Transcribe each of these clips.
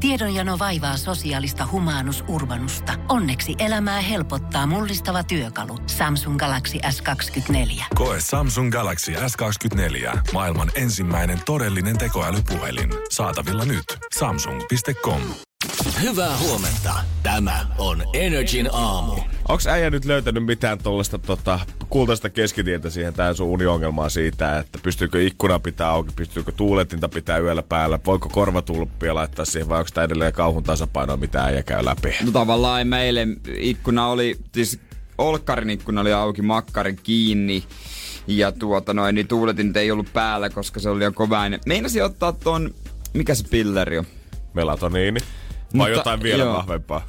Tiedonjano vaivaa sosiaalista humanus urbanusta. Onneksi elämää helpottaa mullistava työkalu. Samsung Galaxy S24. Koe Samsung Galaxy S24. Maailman ensimmäinen todellinen tekoälypuhelin. Saatavilla nyt. Samsung.com. Hyvää huomenta. Tämä on Energin aamu. Onks äijä nyt löytänyt mitään tollaista kultaista keskitietä siihen tähän sun uniongelmaan siitä, että pystyykö ikkuna pitää auki, pystyykö tuuletinta pitää yöllä päällä, voiko korvatulppia laittaa siihen vai onko tää edelleen kauhun tasapainoa, mitä äijä käy läpi? No tavallaan meille ikkuna oli, siis olkkarin ikkuna oli auki, makkari kiinni ja niin tuuletinta ei ollut päällä, koska se oli liian kovainen. Meinasin ottaa ton, mikä se pilleri on? Melatoniini? Vai jotain vielä vahvempaa?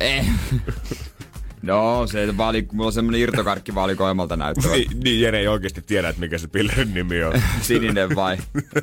No, mulla on semmonen irtokarkki valikoimalta näyttävä. Niin, Jene ei oikeesti tiedä, että mikä se pillerin nimi on. Sininen vai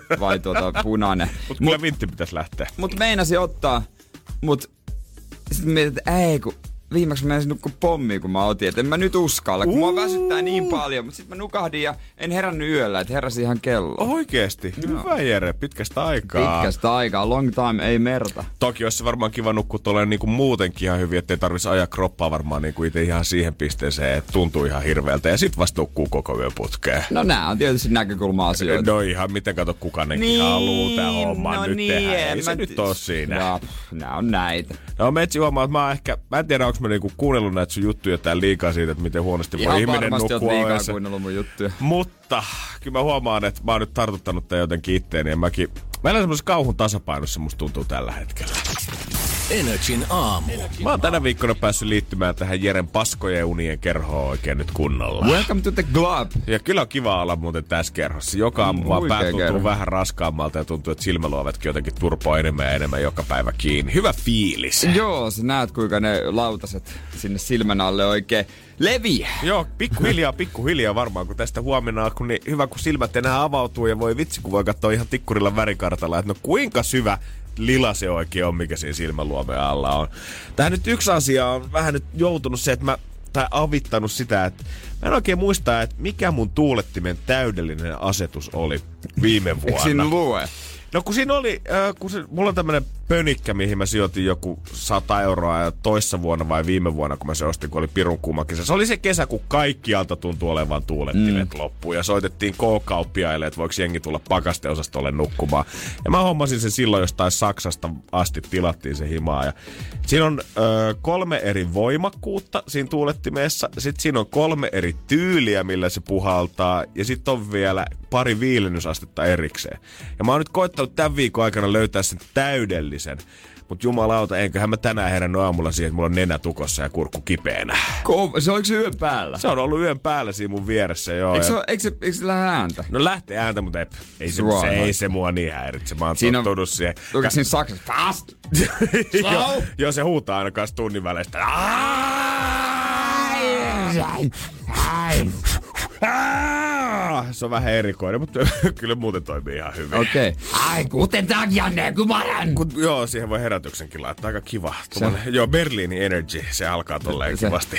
punainen. Mut kyllä vintti pitäisi lähteä. Mut meinasin ottaa, mut sit mietin, että ei kun viimeksi mä meinasin nukkua pommiin, kun mä otin. Et en mä nyt uskalla, kun mua väsyttää niin paljon. Mut sit mä nukahdin ja en herännyt yöllä, et heräsi ihan kello. Oikeesti? Hyvä Jere, pitkästä aikaa. Long time, ei merta. Toki olisi varmaan kiva nukkua tolleen niinku muutenkin ihan hyvin, ettei tarvitsisi ajaa kroppaa varmaan niinku itse ihan siihen pisteeseen, että tuntuu ihan hirveältä. Ja sit vasta nukkuu koko yön putkeen. No nää on tietysti näkökulma-asioita. No ihan miten kato kuka nekin niin, haluu tää homma no nyt niin, tehdä. Ei se nyt oo siinä. Ja, nää on näitä. No metsi huomaa, että mä en tiedä onko mä niinku kuunnellut näitä sun juttuja tää liikaa siitä, että miten huonosti voi ihminen nukkua. Ihan varmasti oot liikaa kuunnellut mun juttuja. Mutta kyllä mä huomaan, että mä oon nyt tartuttanut tän jotenkin itteeni ja mä elän semmosessa kauhun tasapainossa, musta tuntuu tällä hetkellä. Energin aamu. Mä oon tänä viikkona päässyt liittymään tähän Jeren paskojen unien kerhoon oikein nyt kunnolla. Welcome to the club. Ja kyllä on kiva olla muuten tässä kerhossa. Joka aamu vaan pää tuntuu vähän raskaammalta ja tuntuu, että silmäluovetkin jotenkin turpoo enemmän ja enemmän joka päivä kiinni. Hyvä fiilis. Joo, sä näet kuinka ne lautaset sinne silmän alle oikein leviää. Joo, pikkuhiljaa varmaan, kun tästä huomenna on niin hyvä, kun silmät enää avautuu ja voi vitsi, kun voi katsoa ihan tikkurilla värikartalla, että no kuinka syvä lila se oikein on, mikä siinä silmäluomeen alla on. Tähän nyt yksi asia on vähän nyt joutunut se, että tai avittanut sitä, että mä en oikein muista, että mikä mun tuulettimen täydellinen asetus oli viime vuonna. Eikö siinä lue? No kun siinä oli, mulla on tämmönen pönikkä, mihin mä sijoitin joku 100 euroa ja toissa vuonna vai viime vuonna, kun mä se ostin, kun oli pirun kuuma kesä. Se oli se kesä, kun kaikkialta tuntui olevan tuulettimet loppuun ja soitettiin K-kauppiaille, että voiko jengi tulla pakasteosastolle nukkumaan. Ja mä hommasin sen silloin jostain Saksasta asti, tilattiin se himaa. Ja siinä on 3 eri voimakkuutta siinä tuulettimeessa, sitten siinä on 3 eri tyyliä, millä se puhaltaa ja sitten on vielä pari viilennysastetta erikseen. Ja mä oon nyt koittanut tämän viikon aikana löytää sen täydellisen. Mut jumalauta, enköhän mä tänään herännyt aamulla siihen, että mulla on nenä tukossa ja kurkku kipeänä. Oliko se yön päällä? Se on ollut yön päällä siinä mun vieressä, joo. Eikö se lähde ääntä? No lähtee ääntä, mutta ei se mua niin häiritse. Mä oon tottunut siihen. Onko siinä saksassa? Fast! Joo, se huutaa aina kanssa tunnin väleistä. Se on vähän erikoinen, mutta kyllä muuten toimii ihan hyvin. Okei. Okay. Ai, guten Tag, Janne, kumaran! Joo, siihen voi herätyksenkin laittaa. Aika kiva. Joo, Berliinin Energy, se alkaa tolleen kivasti.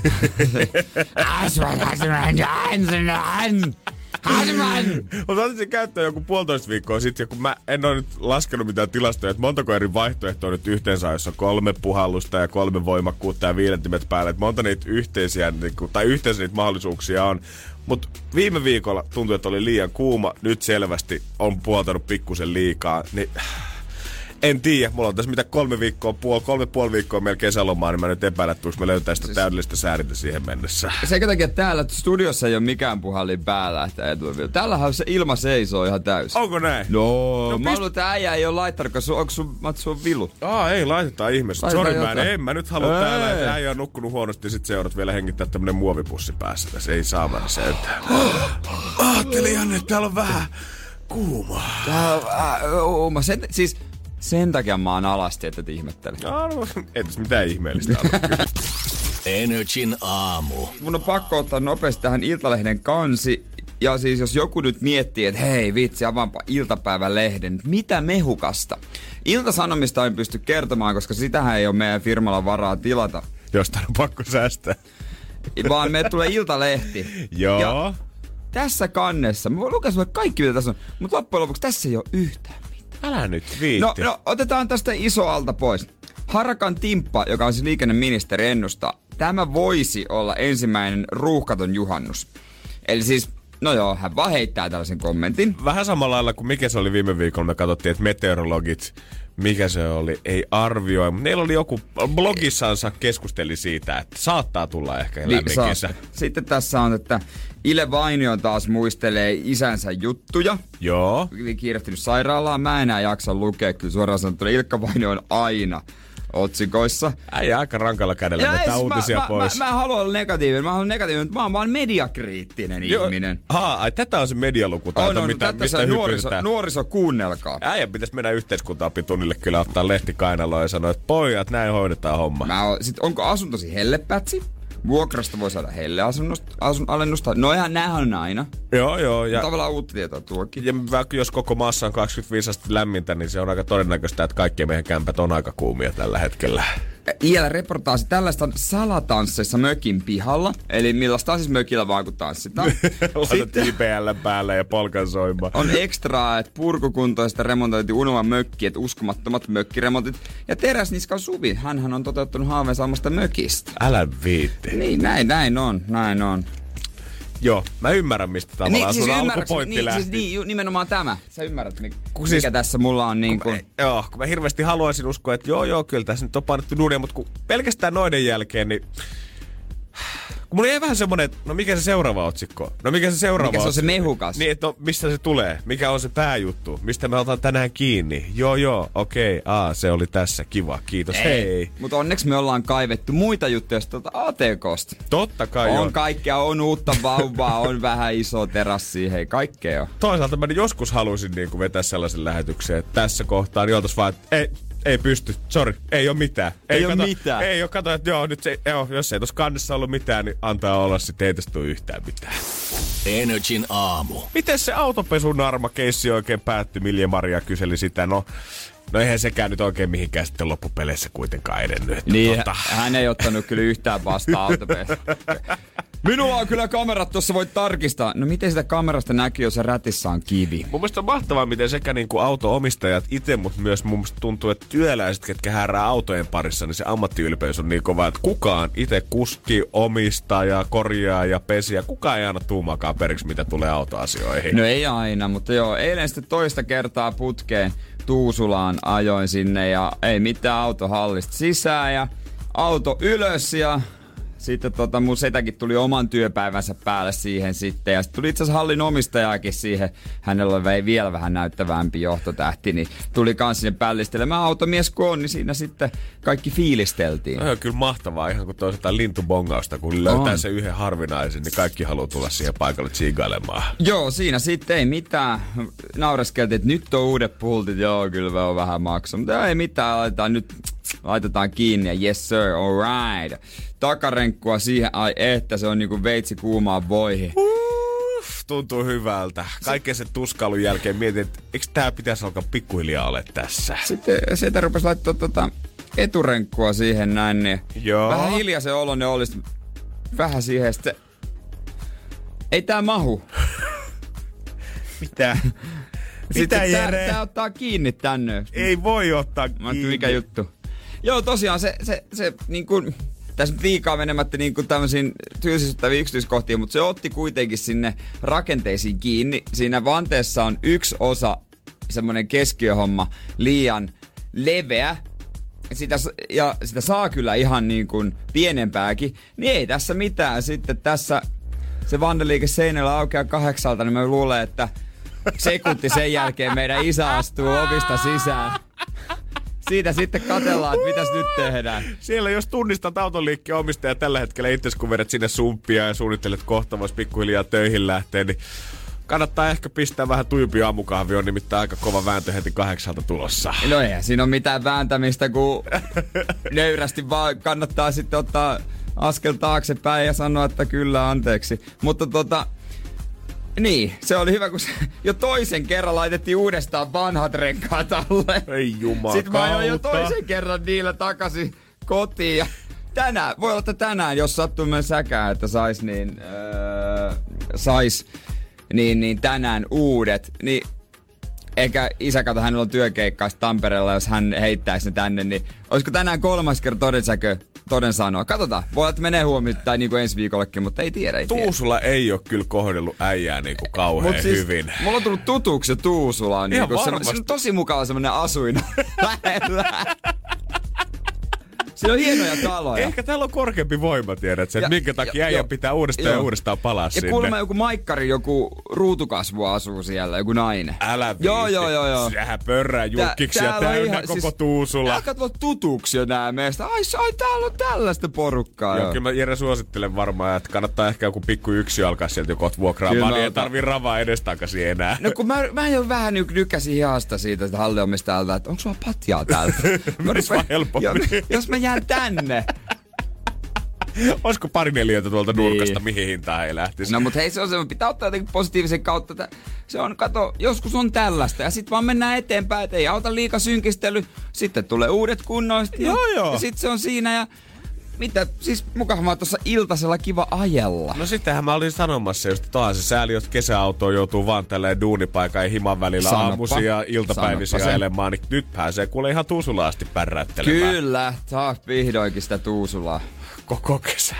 Mä otin sen käyttöön joku 1,5 viikkoa sitten, kun mä en ole nyt laskenut mitään tilastoja, että montako eri vaihtoehtoa nyt yhteensä, jossa on 3 puhallusta ja 3 voimakkuutta ja viilentimet päälle. Että monta niitä yhteisiä niitä mahdollisuuksia on. Mutta viime viikolla tuntui, että oli liian kuuma. Nyt selvästi on puoltanut pikkusen liikaa. Niin en tiedä. Mulla on tässä 3,5 viikkoa meillä kesälomaa, niin mä nyt epäilen, että me löytää sitä täydellistä säädintä siihen mennessä. Sekä takia, että täällä studiossa ei ole mikään puhallin päällä. Täällähän se ilma seisoo ihan täysin. Onko näin? No mä luulen, että äijä ei ole laittanut, koska onko sun vilu? Ei laitetaan ihmeessä. Sori, en mä nyt halua täällä, että äijä on nukkunut huonosti ja sit seurat vielä hengittää tämmönen muovipussi päässä. Tässä ei saa mennä sentään. Ajattelin, Janne, että täällä on vähän kuumaa. Sen takia mä oon alasti, että et ihmettele. No, ei tässä mitään ihmeellistä ole. Energin aamu. Mun on pakko ottaa nopeasti tähän Iltalehden kansi. Ja siis jos joku nyt miettii, että hei vitsi, avaanpa iltapäivälehden, mitä mehukasta? Ilta-Sanomista en pysty kertomaan, koska sitähän ei ole meidän firmalla varaa tilata. Jostain on pakko säästää. Vaan me tulee Iltalehti. Joo. Ja tässä kannessa, mä voin lukea sulle kaikki mitä tässä on, mutta loppujen lopuksi tässä ei ole yhtään mitään. Älä nyt viitti. No, otetaan tästä iso alta pois. Harakan Timppa, joka on siis liikenneministeri, ennustaa, tämä voisi olla ensimmäinen ruuhkaton juhannus. Eli siis, no joo, hän vaan heittää tällaisen kommentin. Vähän samalla lailla kuin mikä se oli viime viikolla, me katsottiin, että meteorologit, mikä se oli, ei arvioi. Meillä oli joku blogissansa keskusteli siitä, että saattaa tulla ehkä lämmin kesä. Sitten tässä on, että Ile Vainio taas muistelee isänsä juttuja. Joo. Kiirehtynyt sairaalaan. Mä enää jaksa lukea, kyllä suoraan sanottuna Ilkka Vainio on aina otsikoissa. Äijä aika rankalla kädellä vetää uutisia pois. Mä haluan olla negatiivinen, mutta mä oon vaan mediakriittinen ihminen. Tätä on se medialukutaito, mistä hypytetään. Nuoriso, kuunnelkaa. Äijä pitäisi mennä yhteiskunta-opitunnille kyllä ottaa lehti kainaloon ja sanoa, että pojat, näin hoidetaan homma. Sit onko asuntosi hellepätsi? Vuokrasta voi saada hellealennusta. No ihan näähän on aina. Joo. Ja tavallaan uutta tietoa tuokin. Ja vaikka jos koko maassa on 25 astetta lämmintä, niin se on aika todennäköistä, että kaikkien meidän kämpät on aika kuumia tällä hetkellä. Iällä reportaasi tällaista salatansseissa mökin pihalla. Eli millaista siis mökillä vaan kun tanssitaan. Laitat IPL päälle ja polkan soimaan. On ekstraa, että purkukuntoista remontoitiin unelma mökki, että uskomattomat mökkiremontit. Ja Teräsniskan Suvi, hänhän on toteuttanut haaveen saamasta mökistä. Älä viitti. Niin, näin on. Joo, mä ymmärrän mistä tavallaan sun alkupointti lähti. Siis nimenomaan tämä. Sä ymmärrät, mikä tässä mulla on niin kuin... Kun mä hirveästi haluaisin uskoa, että joo, kyllä tässä nyt on painettu duunia, mutta kun pelkästään noiden jälkeen, niin... Kun mulla jäi vähän semmonen, että no mikä se seuraava otsikko? Mikä se on se mehukas? Niin, että mistä se tulee? Mikä on se pääjuttu? Mistä me otan tänään kiinni? Joo, okei. Se oli tässä. Kiva, kiitos, hei. Mutta onneksi me ollaan kaivettu muita juttuja ATKsta. Totta kai on kaikkea, on uutta vauvaa, on vähän iso terassia, hei, kaikkea on. Toisaalta mä joskus halusin niin vetää sellaisen lähetyksen, että tässä kohtaa niin oltais vaan, että ei pysty, sori, ei oo mitään. Ei oo mitään. Ei oo, kato, että jos ei tossa kannessa ollut mitään, niin antaa olla, sit ei tästä tule yhtään mitään. Energin aamu. Miten se autopesunarma-keissi oikein päättyi? Milja Maria kyseli sitä. No eihän sekään nyt oikein mihinkään sitten loppupeleissä kuitenkaan edennyt. Niin, hän ei ottanut kyllä yhtään vastaan autopesuun. Minulla on kyllä kamerat, tuossa voit tarkistaa. No miten sitä kamerasta näkyy, jos se rätissä on kivi? Mun mielestä on mahtavaa, miten sekä niinku auto-omistajat itse, mutta myös mun mielestä tuntuu, että työläiset, ketkä häärää autojen parissa, niin se ammattiylpeys on niin kova, että kukaan itse kuski, omistaja, korjaa ja pesiä. Kukaan ei aina tuumakaan periksi, mitä tulee autoasioihin. No ei aina, mutta joo, eilen sitten toista kertaa putkeen Tuusulaan ajoin sinne ja ei mitään autohallista sisään ja auto ylös ja sitten mun setäkin tuli oman työpäivänsä päälle siihen sitten. Ja sitten tuli itse asiassa hallin omistajaakin siihen. Hänellä oli vielä vähän näyttävämpi johtotähti, niin tuli kans sinne pällistelemään. Automies kun on, niin siinä sitten kaikki fiilisteltiin. No, kyllä mahtavaa, ihan kuin toisaalta lintubongausta. Kun löytää se yhden harvinaisen, niin kaikki haluaa tulla siihen paikalle tsiigailemaan. Joo, siinä sitten ei mitään. Naureskeltiin, että nyt on uudet pultit. Joo, kyllä on vähän maksu. Mutta ei mitään, laitetaan kiinni ja yes sir, alright. Takarenkkua siihen, ai että se on niinku veitsi kuumaan voihin. Tuntuu hyvältä. Kaiken sen tuskailun jälkeen mietin, että eikö tää pitäisi alkaa pikkuhiljaa ole tässä. Sitten sieltä rupesi laittaa eturenkkua siihen näin, niin joo. Vähän hiljaisen oloinen olisi. Vähän siihen sitten. Ei tää mahu. Mitä? Sitten tää ottaa kiinni tänne. Ei voi ottaa kiinni. Mikä juttu? Joo, tosiaan se niin kuin, tässä nyt liikaa menemättä niin kuin tämmöisiin tylsistyttäviin yksityiskohtiin, mutta se otti kuitenkin sinne rakenteisiin kiinni. Siinä vanteessa on yksi osa, semmoinen keskiöhomma, liian leveä. Sitä saa kyllä ihan niin kuin pienempääkin. Niin ei tässä mitään. Sitten tässä se vandeliike seinällä aukeaa 8, niin mä luulen, että sekunti sen jälkeen meidän isä astuu ovista sisään. Siitä sitten katsellaan, että mitäs nyt tehdään. Siellä jos tunnistat autonliikkeen omistaja tällä hetkellä itse, kun vedät sinne sumppia ja suunnittelet kohta vois pikkuhiljaa töihin lähteä, niin kannattaa ehkä pistää vähän tujumpi aamukahvi, on nimittäin aika kova vääntö heti 8 tulossa. No eihän siinä ole mitään vääntämistä, kun nöyrästi vaan kannattaa sitten ottaa askel taaksepäin ja sanoa, että kyllä anteeksi. Mutta niin, se oli hyvä, kun jo toisen kerran laitettiin uudestaan vanhat renkaat alle. Ei jumakauta. Sitten mä ajoin jo toisen kerran niillä takaisin kotiin. Ja voi olla, että tänään, jos sattuu myös säkään, että sais niin tänään uudet. Niin Eikä isä kato, hänellä on työkeikkaa Tampereella, jos hän heittäisi ne tänne, niin olisiko tänään 3. kerta toden sanoa? Katsotaan, voi olla, että menee huomioon tai niin kuin ensi viikollekin, mutta ei tiedä. Tuusula ei ole kyllä kohdellut äijää niin kuin kauhean siis, hyvin. Mulla on tullut tutuksi jo Tuusulaan. Niin se on tosi mukava semmonen asuin lähellä. Siinä on hienoja taloja. Ehkä täällä on korkeampi voima, tiedät sen, minkä takia äijän pitää uudestaan ja uudestaan palaa sinne. Ja kuulemma joku maikkari, joku ruutukasvu asuu siellä, joku nainen. Älä viitti. Joo. Sehän pörrää jukkiksia täynnä koko siis, Tuusula. Tää katsoo tutuksi jo nää meistä. Ai täällä on tällaista porukkaa. Joo, kyllä mä Jere suosittelen varmaan, että kannattaa ehkä joku pikku yksi alkaa sieltä joko vuokraamaan, niin ei tarvii ravaa edestakaisin enää. No kun mä jo vähän nykäsin hihasta siitä, että Halli on mistä täältä, että onko sulla patjaa täältä? Menis vaan helpommin. Jos mä jään tänne. Olisiko pari neliötä tuolta nurkasta, mihin hintaan ei lähtisi? No mut hei, se pitää ottaa jotenkin positiivisen kautta. Se on, kato, joskus on tällaista ja sit vaan mennään eteenpäin, et ei auta liika synkistely. Sitten tulee uudet kunnoista. Joo. Ja sit se on siinä ja mitä, siis mukahan tuossa iltasella kiva ajella. No sittenhän mä olin sanomassa just, että se sääli, jos kesäautoon joutuu vaan tälleen duunipaikan ja himan välillä aamuisia ja iltapäivisiä ajelemaan, niin nyt pääsee kuule ihan Tuusulaa asti pärräyttelemään. Kyllä, taas vihdoinkin sitä Tuusulaa. Koko kesä.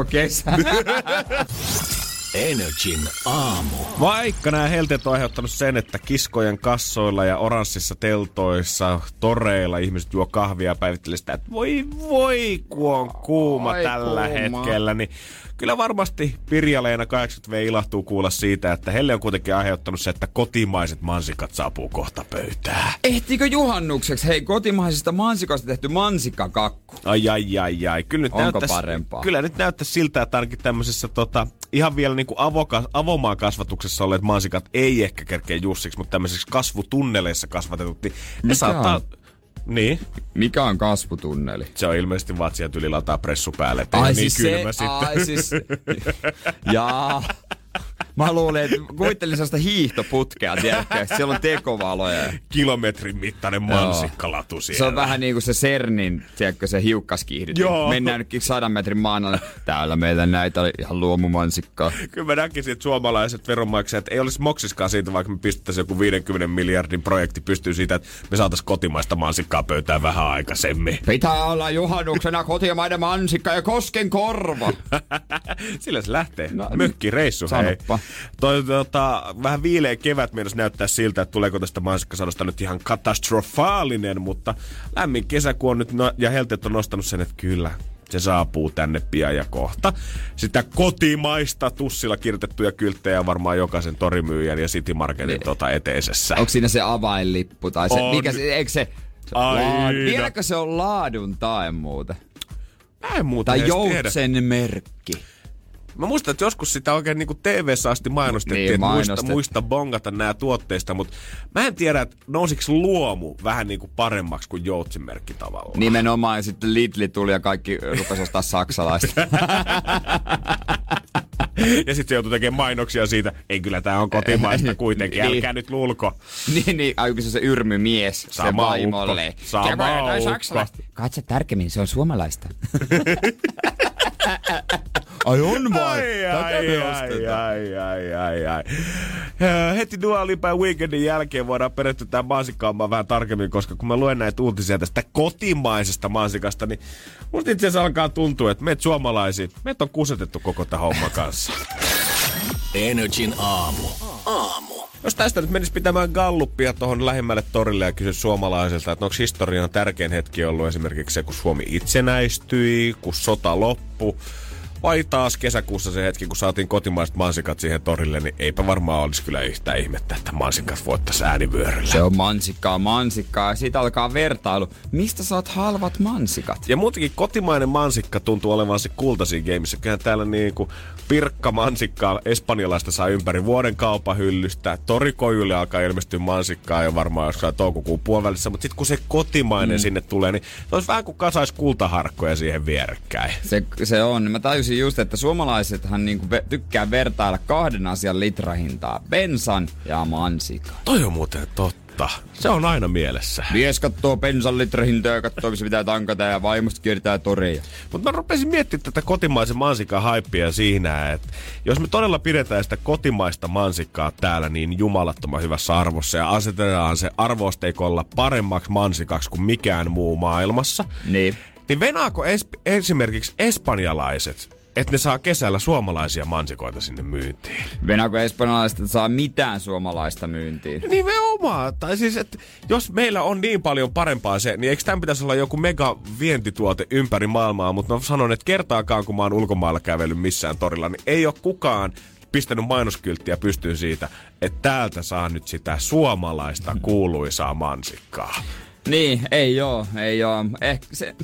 Energin aamu. Vaikka nämä helteet on aiheuttanut sen, että kiskojen kassoilla ja oranssissa teltoissa, toreilla ihmiset juo kahvia ja päivittelee sitä, että voi kun on kuuma tällä hetkellä, niin kyllä varmasti Pirja-Leena 80V ilahtuu kuulla siitä, että heille on kuitenkin aiheuttanut se, että kotimaiset mansikat saapuu kohta pöytään. Ehtiikö juhannukseksi, hei, kotimaisesta mansikasta tehty mansikkakakku? Ai. Kyllä nyt onko parempaa? Kyllä nyt näyttää siltä, että ainakin tämmöisessä ihan vielä niin kuin avomaan kasvatuksessa olleet mansikat ei ehkä kerkeä jussiksi, mutta tämmöisessä kasvutunneleissa kasvatetut, niin ne saattaa... Niin. Mikä on kasvutunneli? Se on ilmeisesti vaan, että sieltä yli lataa pressu päälle, että ei siis niin kylmä sitten. Jaa. Mä luulin, että kuvittelin sellaista hiihtoputkea, tiedätkö? Siellä on tekovaloja. Kilometrin mittainen mansikkalatu siellä. Se on vähän niin kuin se CERNin, tiedätkö, se hiukkaskiihdytys. Mennään nytkin 100 metrin maanalle. Täällä meillä näitä oli ihan luomumansikkaa. Kyllä mä näkisin, että suomalaiset veronmaksajat ei olisi moksiskaan siitä, vaikka me pistettäisiin joku 50 miljardin projekti pystyy siitä, että me saataisiin kotimaista mansikkaa pöytään vähän aikaisemmin. Pitää olla juhannuksena kotimainen mansikka ja Koskenkorva. Sillä se lähtee. Mökkireissu, hei. Vähän viileä kevät meinas näyttää siltä, että tuleeko tästä mansikkasadosta nyt ihan katastrofaalinen, mutta lämmin kesäkuu on nyt ja helteet on nostanut sen, että kyllä, se saapuu tänne pian ja kohta. Sitä kotimaista tussilla kirjoitettuja kylttejä varmaan jokaisen torimyyjän ja City Marketin eteisessä. Onko siinä se avainlippu tai se, mikä se, eikö se, vieläkö se on laadun tae muuten? Mä en muuten tai joutsen merkki. Mä muistan, että joskus sitä oikein niin kuin TV-ssä asti mainostettiin, että muista bongata nämä tuotteista, mutta mä en tiedä, että nousiko luomu vähän niin kuin paremmaksi kuin joutsenmerkki tavallaan. Nimenomaan, ja sitten Lidli tuli ja kaikki rupesi ostaa saksalaista. Ja sitten se joutui tekemään mainoksia siitä, ei kyllä tää on kotimaista kuitenkin, älkää nyt luulko. Niin, aiku se yrmymies, se vaimolle. Sama ukko. Katso tarkemmin, se on suomalaista. Ai on vai? Ai. Heti Dua Lipa Weekendin jälkeen voidaan perehtyä tämän mansikkaamaan vähän tarkemmin, koska kun mä luen näitä uutisia tästä kotimaisesta mansikasta, niin musta itse asiassa alkaa tuntua, että meitä suomalaisia, meitä on kusetettu koko tämän homman kanssa. Energin aamu. Jos tästä nyt menisi pitämään galluppia tuohon lähimmälle torille ja kysyä suomalaisilta, että onko historian tärkein hetki ollut esimerkiksi se, kun Suomi itsenäistyi, kun sota loppui, vai taas kesäkuussa se hetki, kun saatiin kotimaiset mansikat siihen torille, niin eipä varmaan olisi kyllä yhtään ihmettä, että mansikat voittaisi äänivyöryllä. Se on mansikkaa ja siitä alkaa vertailu. Mistä saat halvat mansikat? Ja muutenkin kotimainen mansikka tuntuu olevan se kultaisin gameissa. Kyllähän täällä niinku pirkka mansikkaa espanjalaista saa ympäri vuoden kaupahyllystä. Torikojuille alkaa ilmestyä mansikkaa jo varmaan jossain toukokuun puolivälissä, mutta sitten kun se kotimainen sinne tulee, niin se olisi vähän kuin kasais kultaharkkoja siihen vierekkäin. Se on. Mä tajusin just, että suomalaisethan niinku tykkää vertailla kahden asian litrahintaa. Bensan ja mansikan. Toi on muuten totta. Totta. Se on aina mielessä. Mies kattoo bensalitrahintoja ja kattoo, missä pitää tankata ja vaimosta kiertää toreja. Mutta mä rupesin miettimään tätä kotimaisen mansikan haippia siinä, että jos me todella pidetään sitä kotimaista mansikkaa täällä niin jumalattoman hyvässä arvossa ja asetetaan se arvosteikolla paremmaksi mansikaksi kuin mikään muu maailmassa, niin venaako esimerkiksi espanjalaiset, että ne saa kesällä suomalaisia mansikoita sinne myyntiin? Venaako espanjalaiset saa mitään suomalaista myyntiin? Nimenomaan. Tai siis, että jos meillä on niin paljon parempaa se, niin eikö tämän pitäisi olla joku mega vientituote ympäri maailmaa? Mutta mä sanon, että kertaakaan kun mä oon ulkomailla kävellyt missään torilla, niin ei ole kukaan pistänyt mainoskylttiä pystyyn siitä, että täältä saa nyt sitä suomalaista kuuluisaa mansikkaa. Niin, ei oo. Ehkä se...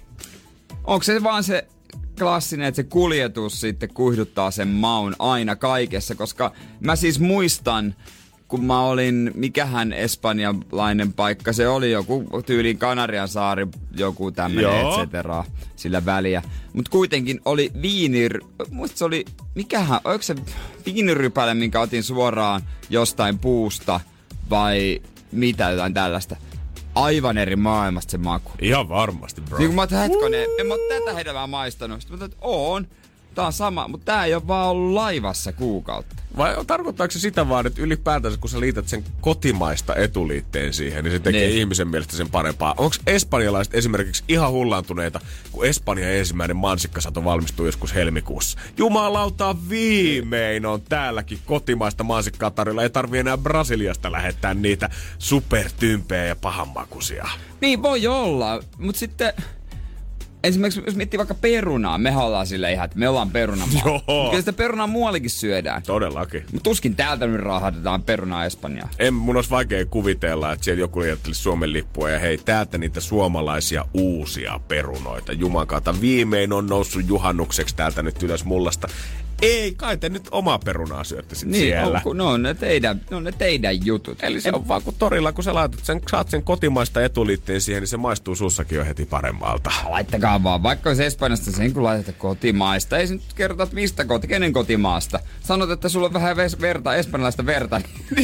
Onko se vaan se klassinen, että se kuljetus sitten kuihduttaa sen maun aina kaikessa, koska mä siis muistan, kun mä olin, mikähän espanjalainen paikka, se oli joku tyyliin Kanarian saari, joku tämmönen et cetera, sillä väliä. Mut kuitenkin oli muista se oli, oliko se viinirypäle, minkä otin suoraan jostain puusta vai mitä jotain tällaista. Aivan eri maailmasta se maku. Ihan varmasti, bro. Niin kun mä oon, en mä oon tätä hedelmää maistanut. Sitten mä oon, tää on sama, mutta tää ei oo vaan ollut laivassa kuukautta. Vai tarkoittaako se sitä vaan, että ylipäätänsä kun sä liität sen kotimaista etuliitteen siihen, niin se tekee ihmisen mielestä sen parempaa? Onko espanjalaiset esimerkiksi ihan hullaantuneita, kun Espanjan ensimmäinen mansikkasato valmistuu joskus helmikuussa? Jumalauta, viimein on täälläkin kotimaista mansikkaa tarjolla. Ei tarvii enää Brasiliasta lähettää niitä supertympejä ja pahanmakuisia. Niin voi olla, mutta sitten... Esimerkiksi jos miettii vaikka perunaa, mehän ollaan silleen ihan, että me ollaan perunamaa. Joo. Kyllä sitä perunaa muuallekin syödään. Todellakin. Mutta tuskin täältä nyt rahatetaan perunaa Espanjaan. Mun olisi vaikea kuvitella, että siellä joku liettelisi Suomen lippua ja hei, täältä niitä suomalaisia uusia perunoita. Jumankautta, viimein on noussut juhannukseksi täältä nyt ylös mullasta. Ei, kai te nyt omaa perunaa syötte sit siellä. Niin, ne on ne teidän jutut. Eli se on vaan kun torilla, kun sä laitat saat sen kotimaista etuliitteen siihen, niin se maistuu sussakin jo heti paremmalta. Laittakaa vaan, vaikka olisi Espanjasta sen, kun laitatte kotimaista. Ei se nyt kerrota, että mistä kenen kotimaasta. Sanot, että sulla on vähän espanjalaista verta.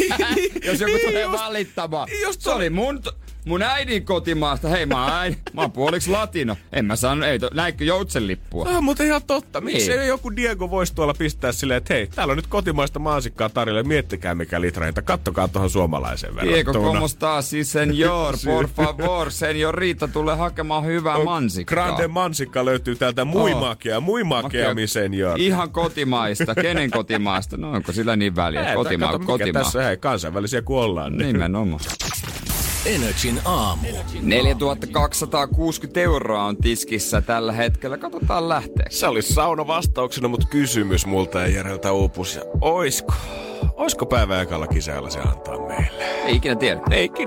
Jos joku tulee valittamaan. Se oli mun äidin kotimaasta. Hei, mä oon puoliksi latino. En mä sano, näinkö joutsenlippua? Mutta ihan totta. Miksi joku Diego voisi tuolla pistää silleen, että hei, täällä on nyt kotimaista mansikkaa tarjolla. Miettikää mikä litrahinta. Kattokaa tuohon suomalaiseen verrattuna. Diego, como estás, si señor? Por favor, señorita, tule hakemaan hyvää mansikkaa. Grande mansikka löytyy täältä muy makea, mi señor. Ihan kotimaista. Kenen kotimaista? No onko sillä niin väliä? Kotimaa. Tässä hei, kansainvälisiä kun ollaan. Niin. Nimenomaan. Energin aamu. 4260 € on tiskissä tällä hetkellä. Katsotaan lähteä. Se oli sauna vastauksena, mutta kysymys multa ja Jereltä uupus. Oisko päivän ekalla kisalla se antaa meille? Ei ikinä tiedä.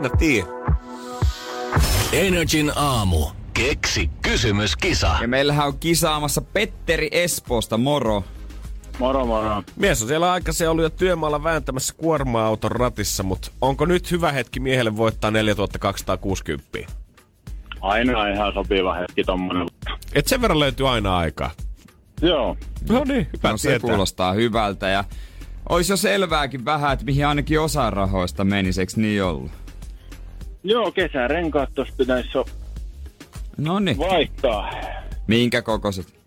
Energin aamu. Keksi kysymyskisa. Ja meillähän on kisaamassa Petteri Espoosta. Moro. Moro. Mies on siellä aikaisin ollut jo työmaalla vääntämässä kuorma-auton ratissa, mutta onko nyt hyvä hetki miehelle voittaa 4260? Aina ihan sopiva hetki tommonen. Et sen verran löytyy aina aikaa. Joo. No niin, hyvä se kuulostaa hyvältä ja ois jo selvääkin vähän, että mihin ainakin osa rahoista menisi, eikö niin ollut? Joo, kesärenkaat tossa pitäisi Noniin. vaihtaa. Minkä kokoiset?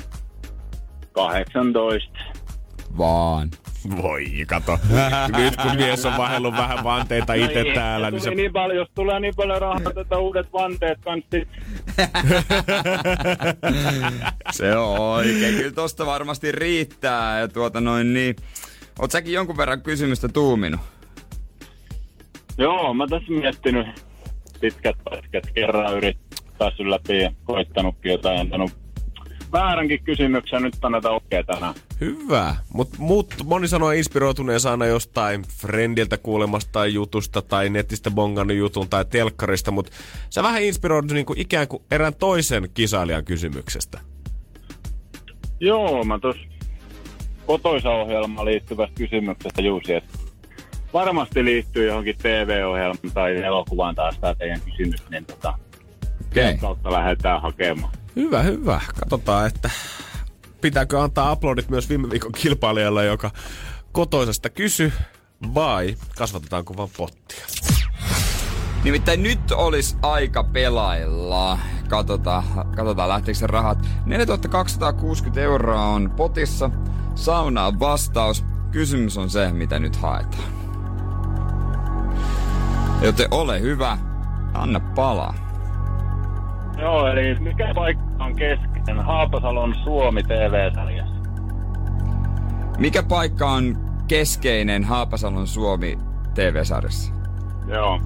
18. Vaan. Voi, kato. Nyt kun mies on vahellut vähän vanteita itse täällä, niin se... Niin paljon, jos tulee niin paljon rahaa, että uudet vanteet kanssa. Se on oikein. Kyllä tosta varmasti riittää. Ja oot säkin jonkun verran kysymystä tuuminut? Joo, mä tässä miettinyt pitkät pätkät. Kerran päässyt läpi ja koittanutkin jotain, antanut vääränkin kysymyksen, nyt annetaan okei tänään. Hyvä, mutta moni sanoo inspiroituneensa aina jostain friendiltä kuulemasta tai jutusta tai netistä bongannut jutun tai telkkarista, mutta sä vähän inspiroidut niin kuin ikään kuin erään toisen kisailijan kysymyksestä. Joo, mä tuossa kotoisaohjelmaan liittyvästä kysymyksestä juuri, että varmasti liittyy johonkin TV-ohjelmaan tai elokuvaan taas tämä teidän kysymys, niin kautta lähdetään hakemaan. Hyvä. Katsotaan, että pitääkö antaa aplodit myös viime viikon kilpailijalle, joka kotoisesta kysy, vai kasvatetaanko vaan pottia? Nimittäin nyt olisi aika pelailla. Katsotaan lähteekö se rahat. 4260 € on potissa. Saunaan vastaus. Kysymys on se, mitä nyt haetaan. Joten ole hyvä, anna palaa. Joo, eli mikä paikka on kesken Haapasalon Suomi TV-sarjassa? Mikä paikka on keskeinen Haapasalon Suomi TV-sarjassa? Joo.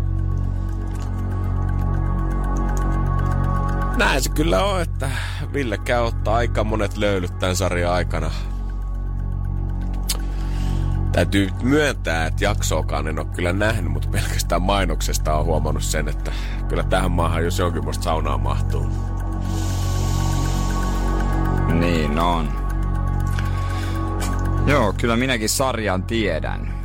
Näin se kyllä on, että Ville käy ottaa aika monet löylyt tämän sarjan aikana. Täytyy myöntää, että jaksoakaan en ole kyllä nähnyt, mutta pelkästään mainoksesta on huomannut sen, että kyllä tähän maahan jos jonkinlaista saunaa mahtuu. Niin on. Joo, kyllä minäkin sarjan tiedän.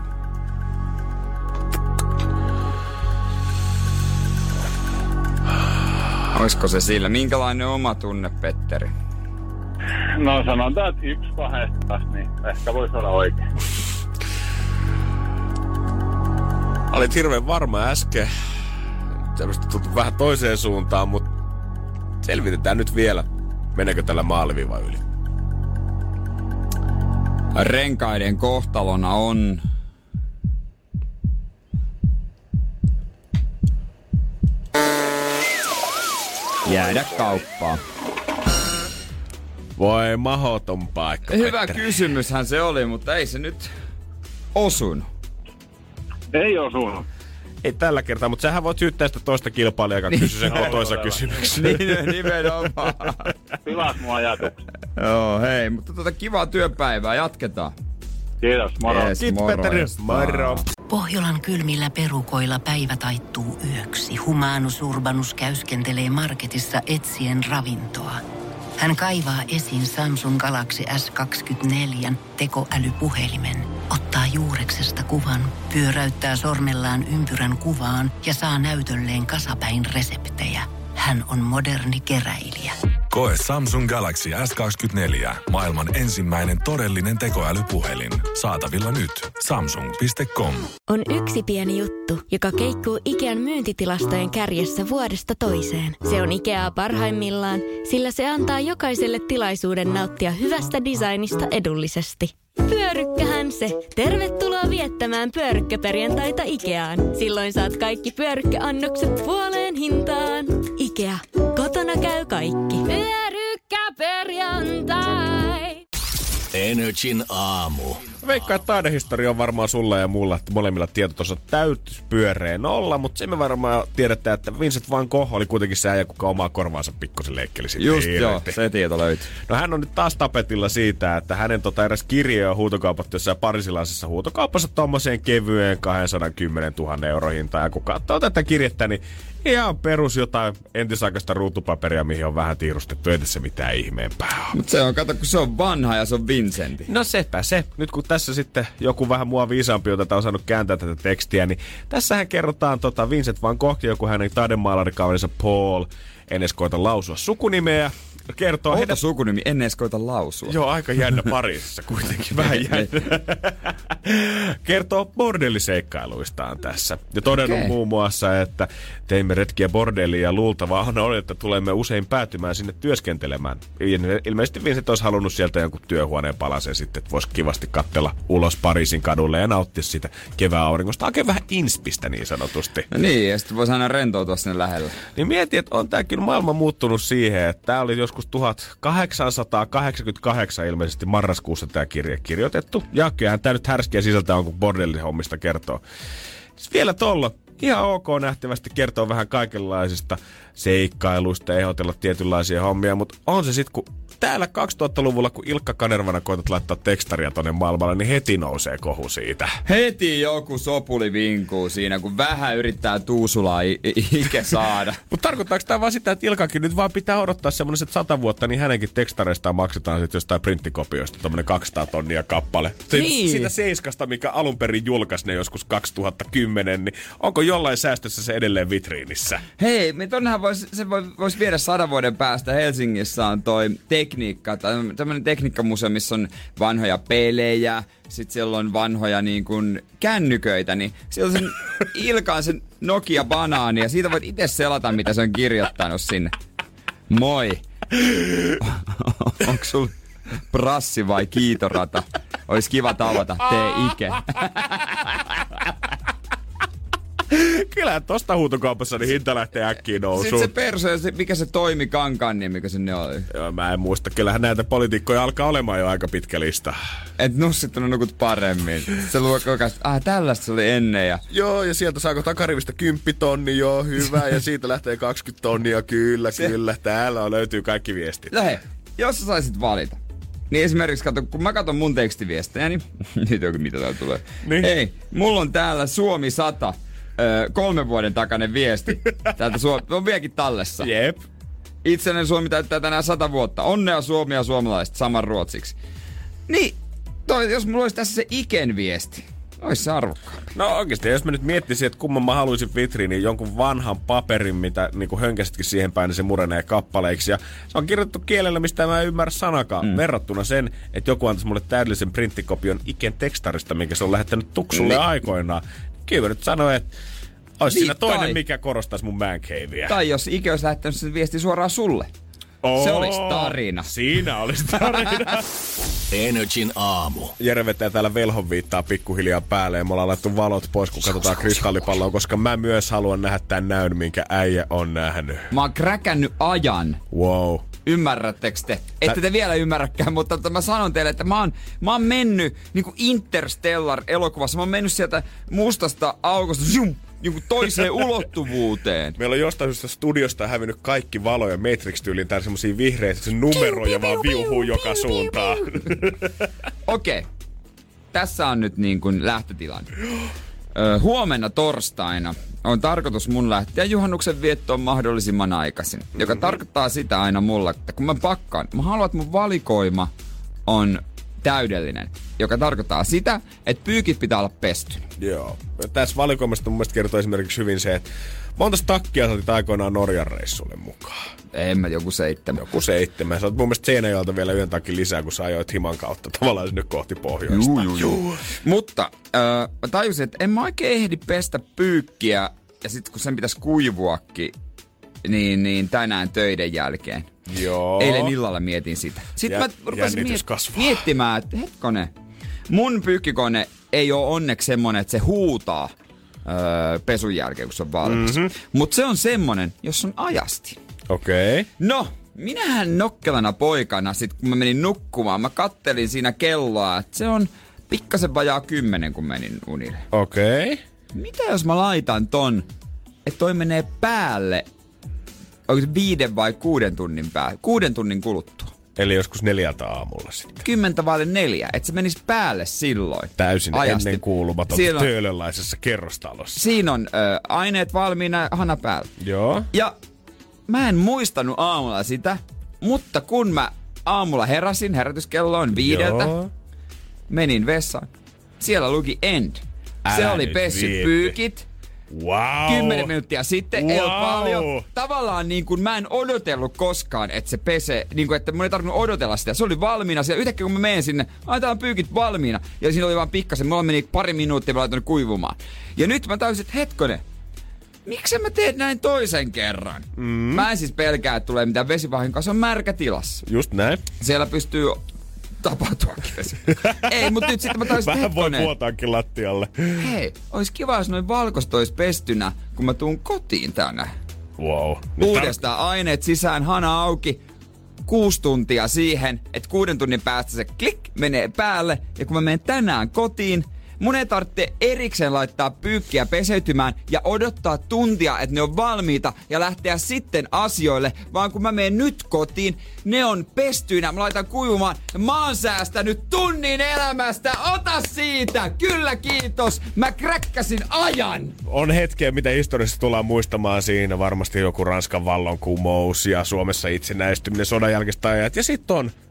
Oisko se sillä? Minkälainen oma tunne, Petteri? No sanotaan, että 1-2, niin ehkä voisi olla oikein. Olit hirveän varma äsken. Tämmöistä tuntuu vähän toiseen suuntaan, mutta selvitetään nyt vielä. Meneekö tällä maaliviiva yli? Renkaiden kohtalona on... jäädä kauppaan. Voi mahoton paikka, Hyvä Petteri. kysymyshän se oli, mutta ei se nyt osunut. Ei osunut. Ei tällä kertaa, mutta sähän voit syyttää sitä toista kilpailijaa, joka kysyi sen toisen kysymyksen. Niin, nimenomaan. Pilaat mun ajatuksen. Joo, hei, mutta kivaa työpäivää, jatketaan. Kiitos, moro. Yes, Kiitos, moro. Petteri. Moro. Pohjolan kylmillä perukoilla päivä taittuu yöksi. Humanus Urbanus käyskentelee marketissa etsien ravintoa. Hän kaivaa esiin Samsung Galaxy S24 tekoälypuhelimen, ottaa juureksesta kuvan, pyöräyttää sormellaan ympyrän kuvaan ja saa näytölleen kasapäin reseptejä. Hän on moderni keräilijä. Koe Samsung Galaxy S24. Maailman ensimmäinen todellinen tekoälypuhelin. Saatavilla nyt. Samsung.com. On yksi pieni juttu, joka keikkuu Ikean myyntitilastojen kärjessä vuodesta toiseen. Se on Ikeaa parhaimmillaan, sillä se antaa jokaiselle tilaisuuden nauttia hyvästä designista edullisesti. Pyörykkähän se. Tervetuloa viettämään pyörykkäperjantaita Ikeaan. Silloin saat kaikki pyörykkäannokset puoleen hintaan. Ikea. Kotona käy kaikki. Pyörykkäperjantai. Energin aamu. Veikkaan, että taidehistoria on varmaan sulla ja mulla, että molemmilla tietotaso täytys pyöreä nolla, mutta se me varmaan tiedetään, että Vincent van Gogh oli kuitenkin se äijä, kuka omaa korvaansa pikkusen leikkeli sitten. Just joo, se tieto löytyy. No hän on nyt taas tapetilla siitä, että hänen eräs kirje on huutokaupattu jossain parisilaisessa huutokaupassa tommoseen kevyeen 210 000 € hintaan. Ja kun katsoo tätä kirjettä, niin ihan perus jotain entisaikaista ruutupaperia, mihin on vähän tiirustettu, ei tässä mitään ihmeempää ole. Mut se on, kato, kun se on vanha ja se on Vincentti. No sepä se. Nyt kun tässä sitten joku vähän mua viisaampi on tätä osannut kääntää tätä tekstiä, niin tässähän kerrotaan Vincent van Gogh, joku hänen taidemaalarikaverinsa Paul, en edes koita lausua sukunimeä, kertoo... Oota sukunimi, en edes koita lausua. Joo, aika jännä Pariisissa kuitenkin, vähän jännä. Kertoo bordelliseikkailuistaan tässä. Ja todennut muun muassa, että teimme retkiä bordelliin ja luultavaa on, että tulemme usein päätymään sinne työskentelemään. Ilmeisesti Vincent olisi halunnut sieltä jonkun työhuoneen palasen sitten, että voisi kivasti katsella ulos Pariisin kadulle ja nauttia siitä kevään auringosta. Oikein vähän inspistä niin sanotusti. No niin, ja sitten voisi aina rentoutua sinne lähellä. Niin mietin, että on tääkin maailma muuttunut siihen, että tää oli joskus 1888 ilmeisesti marraskuussa tämä kirje kirjoitettu. Ja kyllähän tää nyt härskiä sisältää on, kun bordellihommista kertoo. Siis vielä tolla. Ihan ok nähtävästi kertoo vähän kaikenlaisista seikkailuista ja ehdotella tietynlaisia hommia, mutta on se sitten, kun täällä 2000-luvulla, kun Ilkka Kanervana koetat laittaa tekstaria tonne maailmalle, niin heti nousee kohu siitä. Heti joku sopuli vinkuu siinä, kun vähän yrittää Tuusulaa Ike saada. Mutta tarkoittaako tämä vaan sitä, että Ilkakin nyt vaan pitää odottaa semmoiset 100 vuotta, niin hänenkin tekstareistaan maksetaan sitten jostain printtikopioista tommonen 200 tonnia kappale. Niin. Siitä seiskasta, mikä alun perin julkaisi ne joskus 2010, niin onko jollain säästössä se edelleen vitriinissä? Hei, tonnehan vois viedä 100 vuoden päästä. Helsingissä on toi tekniikka, tai tämmönen tekniikkamuseo, missä on vanhoja pelejä, sit siellä on vanhoja niin kuin kännyköitä, niin siellä on sen Ilkaan sen Nokia banaani, ja siitä voit itse selata, mitä se on kirjoittanut sinne. Moi. Onks sul prassi vai kiitorata? Ois kiva tavata, tee Ike. Kyllähän tosta huutokaupassa niin hinta lähtee äkkiä nousuun. Sitten se perso, mikä se toimi Kankaanniemi, mikä sinne oli. Joo, mä en muista. Kyllähän näitä poliitikkoja alkaa olemaan jo aika pitkä lista. Et nussittunut nukut paremmin. Se luo koko ajan, tällaista se oli ennen. Joo, ja sieltä saako takarivistä 10 tonnia, joo, hyvä. Ja siitä lähtee 20 tonnia, kyllä. Täällä löytyy kaikki viestit. No hei, jos sä saisit valita. Niin esimerkiksi kun mä katson mun tekstiviestejä, niin mitä täällä tulee. Niin. Hei, mulla on täällä Suomi 100. 3 vuoden takainen viesti. Täältä on vieläkin tallessa. Jep. Itsenäinen Suomi täyttää tänään 100 vuotta. Onnea Suomi ja suomalaiset saman ruotsiksi. Niin, jos mulla olisi tässä se Iken viesti, olisi se arvokkaampi. No oikeesti, jos mä nyt miettisin, että kumman mä haluaisin vitriiniin jonkun vanhan paperin, mitä niinku hönkäsitkin siihen päin, niin se murenee kappaleiksi. Ja se on kirjoitettu kielellä, mistä mä en ymmärrä sanakaan. Verrattuna sen, että joku antaisi mulle täydellisen printtikopion Iken tekstarista, minkä se on lähettänyt Tuksulle aikoinaan. Kyllä nyt sanoin, että olisi siinä toinen, mikä korostaisi mun mancaveä. Tai jos Ike olisi lähettänyt sen viesti suoraan sulle. Se olisi tarina. Siinä olisi tarina. Energin aamu. Jere vetää täällä velhon viittaa pikkuhiljaa päälle ja me ollaan laittu valot pois, kun katsotaan kristallipalloa, koska mä myös haluan nähdä tämän näyn, minkä äijä on nähnyt. Mä oon kräkännyt ajan. Wow. Ymmärrättekö te? Ette te vielä ymmärräkään, mutta mä sanon teille, että mä oon mennyt niinku Interstellar-elokuvassa. Mä oon mennyt sieltä mustasta aukosta niinku toiseen ulottuvuuteen. Meillä on jostain studiosta hävinnyt kaikki valo ja Matrix-tyyliin täällä semmosia vihreitä numeroja vaan viuhuu joka suuntaan. Okei. Tässä on nyt niin kuin lähtötilanne. Huomenna torstaina on tarkoitus mun lähteä juhannuksen viettoon mahdollisimman aikaisin. Joka tarkoittaa sitä aina mulla, että kun mä pakkaan, mä haluan, että mun valikoima on täydellinen. Joka tarkoittaa sitä, että pyykit pitää olla pesty. Joo. Tässä valikoimasta mun mielestä kertoo esimerkiksi hyvin se, että montas takkia sä otit aikoinaan Norjan reissulle mukaan? En mä, joku 7. Joku 7. Sä oot mun mielestä Seinäjoelta vielä yhden takin lisää, kun sä ajoit himan kautta tavallaan sinne kohti pohjoista. Juu. Mutta mä tajusin, että en mä oikein ehdi pestä pyykkiä, ja sit kun sen pitäisi kuivuakin, niin tänään töiden jälkeen. Joo. Eilen illalla mietin sitä. Sitten mä rupesin miettimään, että hetkonen, mun pyykkikone ei ole onneksi semmonen, että se huutaa pesun jälkeen, kun se on valmis. Mutta se on semmonen, jos on ajasti. Okei. No, minähän nokkelana poikana, sit kun mä menin nukkumaan, mä kattelin siinä kelloa, että se on pikkasen vajaa 10, kun menin unille. Okei. Mitä jos mä laitan ton, että toi menee päälle, onko se 5 vai 6 tunnin päälle? 6 tunnin kuluttua. Eli joskus 4 aamulla sitten. 3:50, että se menisi päälle silloin. Täysin ajasti. ennenkuulumaton töölönlaisessa kerrostalossa. Siinä on aineet valmiina, hana päällä. Joo. Ja mä en muistanut aamulla sitä, mutta kun mä aamulla heräsin, herätyskello on 5, menin vessaan. Siellä luki end. Se oli pessyt pyykit. Wow. 10 minuuttia sitten, ei ole paljon. Tavallaan niin kuin mä en odotellut koskaan, että se pesee, niin kuin että mun ei tarvinnut odotella sitä. Se oli valmiina siellä. Yhtäkkiä kun mä menen sinne, täällä on pyykit valmiina. Ja siinä oli vaan pikkasen, mulla meni pari minuuttia, mä laitan kuivumaan. Ja nyt mä tajusin, että hetkonen, miksi mä teen näin toisen kerran? Mä en siis pelkää, että tulee mitään vesivahinkoa, se on märkä tilassa. Just näin. Siellä pystyy tapahtuakin vesi. Ei, mutta nyt sitten mä taisin vähän voi vuotaakin lattialle. Hei, ois kiva, jos noin valkoista ois pestynä, kun mä tuun kotiin tänään. Wow. Uudestaan aineet sisään, hana auki. 6 tuntia siihen, että 6 tunnin päästä se klik menee päälle. Ja kun mä menen tänään kotiin, mun ei tarvitse erikseen laittaa pyykkiä peseytymään ja odottaa tuntia, että ne on valmiita ja lähteä sitten asioille, vaan kun mä menen nyt kotiin, ne on pestyinä, mä laitan kuivumaan ja mä oon säästänyt tunnin elämästä, ota siitä, kyllä kiitos, mä kräkkäsin ajan. On hetkeä, mitä historiassa tullaan muistamaan siinä, varmasti joku Ranskan vallankumous ja Suomessa itsenäistyminen, sodan jälkeiset ajat ja sitten on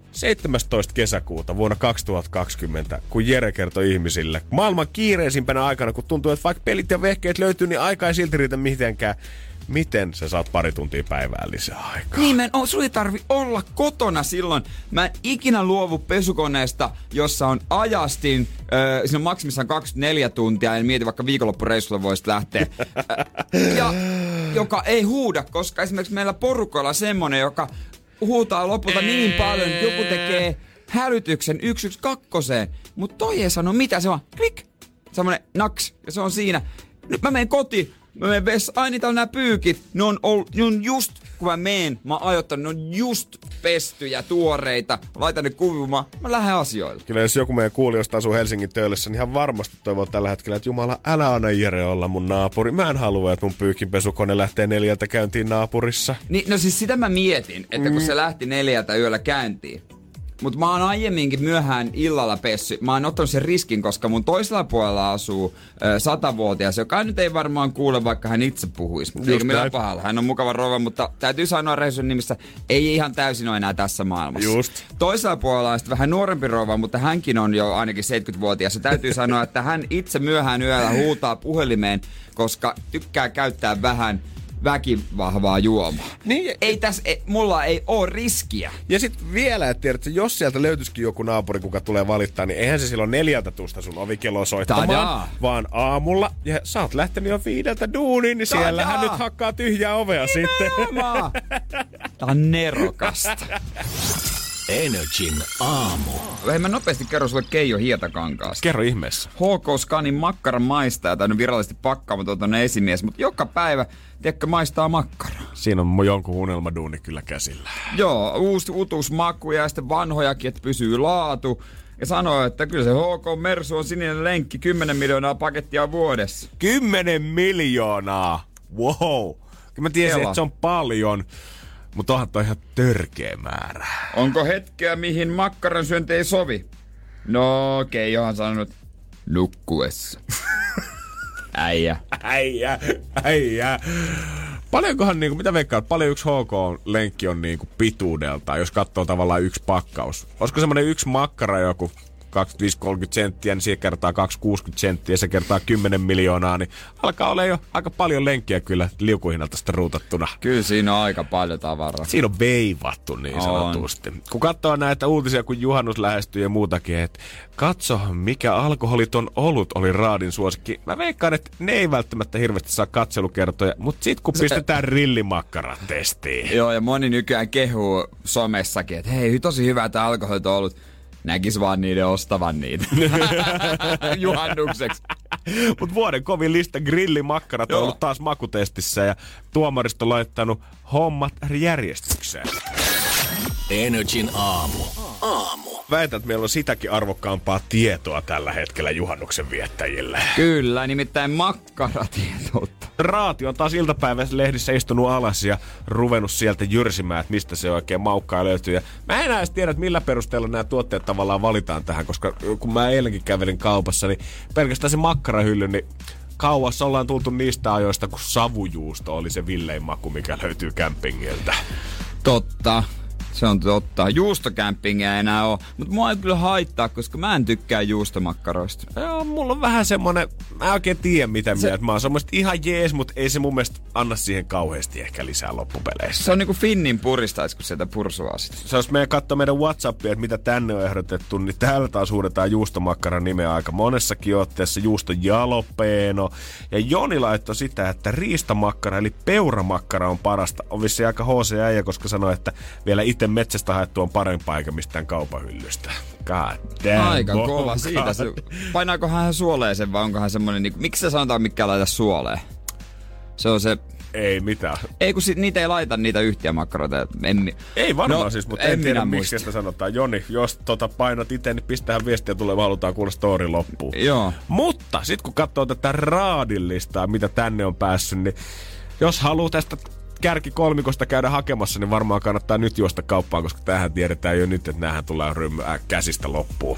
17. kesäkuuta vuonna 2020, kun Jere kertoi ihmisille maailman kiireisimpänä aikana, kun tuntuu, että vaikka pelit ja vehkeet löytyy, niin aika ei silti riitä mitenkään. Miten sä saat pari tuntia päivää lisää aikaa? Niin, sulla ei tarvi olla kotona silloin. Mä en ikinä luovu pesukoneesta, jossa on ajastin, siinä on maksimissaan 24 tuntia, en mieti vaikka viikonloppureissulle voisit lähteä. Ja joka ei huuda, koska esimerkiksi meillä porukoilla on semmonen, joka huutaa lopulta niin paljon, että joku tekee hälytyksen 112, mutta toi ei sano mitään, se vaan klik, semmonen naks, ja se on siinä. Nyt mä menen kotiin. Mä menen vessaan, ai niitä on nää pyykit. Ne on just, kun mä oon ajoittanut, ne on just pestyjä, tuoreita. Laitan ne kuivumaan, mä lähden asioille. Kyllä jos joku meidän kuulijoista asuu Helsingin Töölössä, niin ihan varmasti toivoo tällä hetkellä, että Jumala, älä anna Jere olla mun naapuri. Mä en halua, että mun pyykinpesukone lähtee 4 käyntiin naapurissa. Niin, no siis sitä mä mietin, että kun se lähti 4 yöllä käyntiin. Mutta mä oon aiemminkin myöhään illalla pessy. Mä oon ottanut sen riskin, koska mun toisella puolella asuu 100-vuotias, joka nyt ei varmaan kuule, vaikka hän itse puhuisi. Eikä millään pahalla. Hän on mukava rouva, mutta täytyy sanoa rehellisyyden nimissä, ei ihan täysin ole enää tässä maailmassa. Just. Toisella puolella on sitten vähän nuorempi rouva, mutta hänkin on jo ainakin 70-vuotias. Ja täytyy sanoa, että hän itse myöhään yöllä huutaa puhelimeen, koska tykkää käyttää vähän väkivahvaa juomaa. Niin, mulla ei oo riskiä. Ja sit vielä, että tiedät, jos sieltä löytyisikin joku naapuri, kuka tulee valittaa, niin eihän se silloin 4 sun ovikelloa soittamaan, vaan aamulla. Ja sä oot lähtenyt jo 5 duuniin, niin siellähän nyt hakkaa tyhjää ovea sitten. Tää on nerokasta. Energin aamu. Hei, mä nopeasti kerron sulle Keijo Hietakankaasta. Kerro ihmeessä. HK Scanin makkaran maistaja, tai virallisesti pakkaamaton esimies, mutta joka päivä, tiedätkö, maistaa makkaraa. Siinä on jonkun unelmaduuni kyllä käsillä. Joo, uutuus maku ja sitten vanhojakin, että pysyy laatu. Ja sanoo, että kyllä se HK Mersu on sininen lenkki, 10 miljoonaa pakettia vuodessa. 10 miljoonaa! Wow! Kyllä mä tiesin, että se on paljon. Mutta onhan toi ihan törkeä määrä. Onko hetkeä, mihin makkaran syönti ei sovi? No, Keijohan sanonut nukkuessa. Äijä. Paljonkohan, mitä veikkaat, paljon yksi HK-lenkki on pituudeltaan, jos katsoo tavallaan yksi pakkaus? Olisiko semmoinen yksi makkara joku 25-30 senttiä, niin siihen kertaa 2-60 senttiä, se kertaa 10 miljoonaa, niin alkaa olla jo aika paljon lenkkiä kyllä liukuhinnalta sitä ruutattuna. Kyllä siinä on aika paljon tavaraa. Siinä on veivattu niin sanotusti. Kun katsoo näitä uutisia, kun juhannus lähestyy ja muutakin, että katso, mikä alkoholiton olut oli Raadin suosikki. Mä veikkaan, että ne ei välttämättä hirveästi saa katselukertoja, mutta sit kun pistetään rillimakkarat testiin. Joo, ja moni nykyään kehuu somessakin, että hei, tosi hyvä tää alkoholiton olut. Näkis vaan niiden ostavan niitä juhannukseksi. Mut vuoden kovin lista grillimakkarat on ollut taas makutestissä ja tuomaristo laittanut hommat järjestykseen. Energin aamu. Väitän, että meillä on sitäkin arvokkaampaa tietoa tällä hetkellä juhannuksen viettäjille. Kyllä, nimittäin makkaratietoutta. Raati on taas iltapäivässä lehdissä istunut alas ja ruvennut sieltä jyrsimään, että mistä se oikein maukkaa löytyy. Ja mä en enää edes tiedä, että millä perusteella nämä tuotteet tavallaan valitaan tähän, koska kun mä eilenkin kävelin kaupassa, niin pelkästään se makkarahylly, niin kauas ollaan tultu niistä ajoista, kun savujuusto oli se villein maku, mikä löytyy kämpingiltä. Totta. Se on totta. Juustokämpingiä ei enää oo. Mutta mua ei kyllä haittaa, koska mä en tykkää juustomakkaroista. Joo, mulla on vähän semmonen, mä en oikein tiedä mitä mieltä. Mä oon semmoista ihan jees, mutta ei se mun mielestä anna siihen kauheasti ehkä lisää loppupeleissä. Se on niinku Finnin puristais, kun sieltä pursuaa sit. Se jos meidän katsoo meidän WhatsAppia, että mitä tänne on ehdotettu, niin täällä taas huudetaan juustomakkaran nimeä aika monessakin otteessa. Juusto jalapeno. Ja Joni laittoi sitä, että riistamakkara eli peuramakkara on parasta. On vissiin aika HC-äijä, koska sanoi, että vielä itse metsästä haettu on parempaa eikä mistään kaupahyllystä. God damn. Aika kova siitä. Painaako hän suoleen sen vai onko hän semmonen niinku, miksi se sanotaan mikä laita suoleen? Se on se... Ei mitään. Ei kun niitä ei laita niitä yhtiömakkaroita. Ei varmaan siis, mutta en tiedä miksi sitä sanotaan. Joni, jos painat itse, niin pistähän viestiä tulee, vaan halutaan kuulla story loppuun. Joo. Mutta sit kun katsoo tätä raadillistaa, mitä tänne on päässyt, niin jos haluaa tästä kärkikolmikosta käydä hakemassa, niin varmaan kannattaa nyt juosta kauppaan, koska tämähän tiedetään jo nyt, että näähän tulee käsistä loppuun.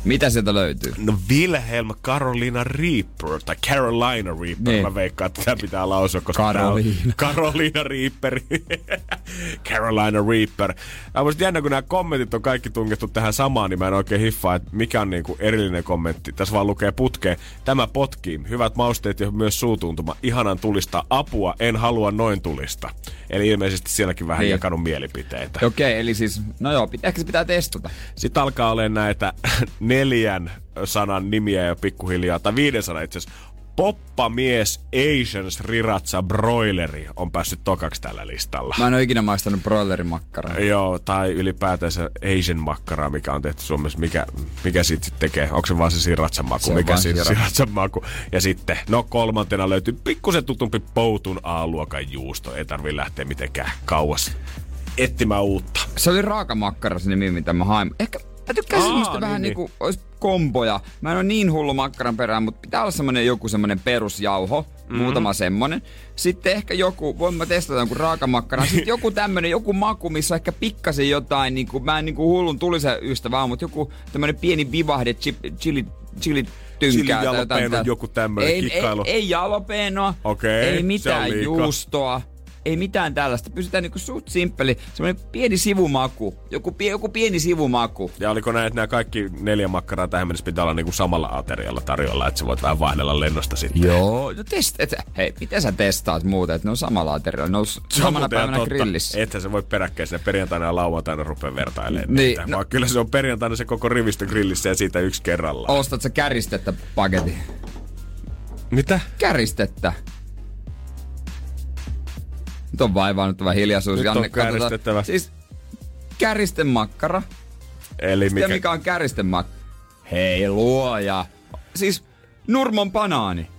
Mitä sieltä löytyy? No Wilhelm Carolina Reaper, tai Carolina Reaper, niin. Mä veikkaan, että tämä pitää lausua, koska Carolina Reaper. Carolina Reaper. Mä muistin jännä, kun nämä kommentit on kaikki tungettu tähän samaan, niin mä en oikein hiffaa, että mikä on niinku erillinen kommentti. Tässä vaan lukee putkeen. Tämä potkii. Hyvät mausteet ja myös suutuntuma. Ihanan tulista. Apua, en halua noin tulista. Eli ilmeisesti sielläkin vähän jakanut mielipiteitä. Okei, eli siis, no joo, ehkä se pitää testata. Sitten alkaa olemaan näitä 4 sanan nimiä jo pikkuhiljaa, tai 5 sanan itse asiassa. Poppamies Asian Sriracha Broileri on päässyt tokaksi tällä listalla. Mä en ole ikinä maistanut broilerimakkaraa. Joo, tai ylipäätänsä Asian makkaraa, mikä on tehty Suomessa. Mikä siitä sitten tekee? Onko se vaan se srirachan maku? Mikä siitä srirachan maku? Ja sitten, 3. löytyy pikkusen tutumpi Poutun A-luokan juusto. Ei tarvii lähteä mitenkään kauas etsimään uutta. Se oli raakamakkara se nimi, mitä mä hain. Ehkä mä tykkään semmoista vähän niinku olisi komboja. Mä en ole niin hullu makkaran perään, mutta pitää olla joku semmonen perusjauho. Muutama semmonen. Sitten ehkä voin mä testata jonkun raakamakkaran. Sitten joku maku, missä on ehkä pikkasen jotain, niinku, mä en niinku hullun tulisen ystävää, mutta joku tämmönen pieni vivahde, chili tynkää. Chili joku tämmönen kikkailu. Ei jalapenoa, ei mitään juustoa. Ei mitään tällaista. Pysytään niinku suht simppeli. Semmoinen pieni sivumaku. Joku pieni sivumaku. Ja oliko näin, että nämä kaikki 4 makkaraa tähän mennessä pitää olla niinku samalla aterialla tarjolla, että sä voit vähän vaihdella lennosta sitten? Joo. No hei, miten sä testaat muuta, että ne on samalla aterialla? Ne on samana päivänä grillissä. Ethän se voi peräkkäin sinne perjantaina ja lauantaina rupea vertailemaan niitä. Vaan kyllä se on perjantaina se koko rivistö grillissä ja siitä yksi kerrallaan. Ostat sä käristettä paketin? Mitä? Käristettä. Nyt on vaivaannuttava hiljaisuus. Nyt on käristettävä. Siis käristemakkara. Eli mikä on käristemakkara? Hei luoja. Siis Nurmon banaani.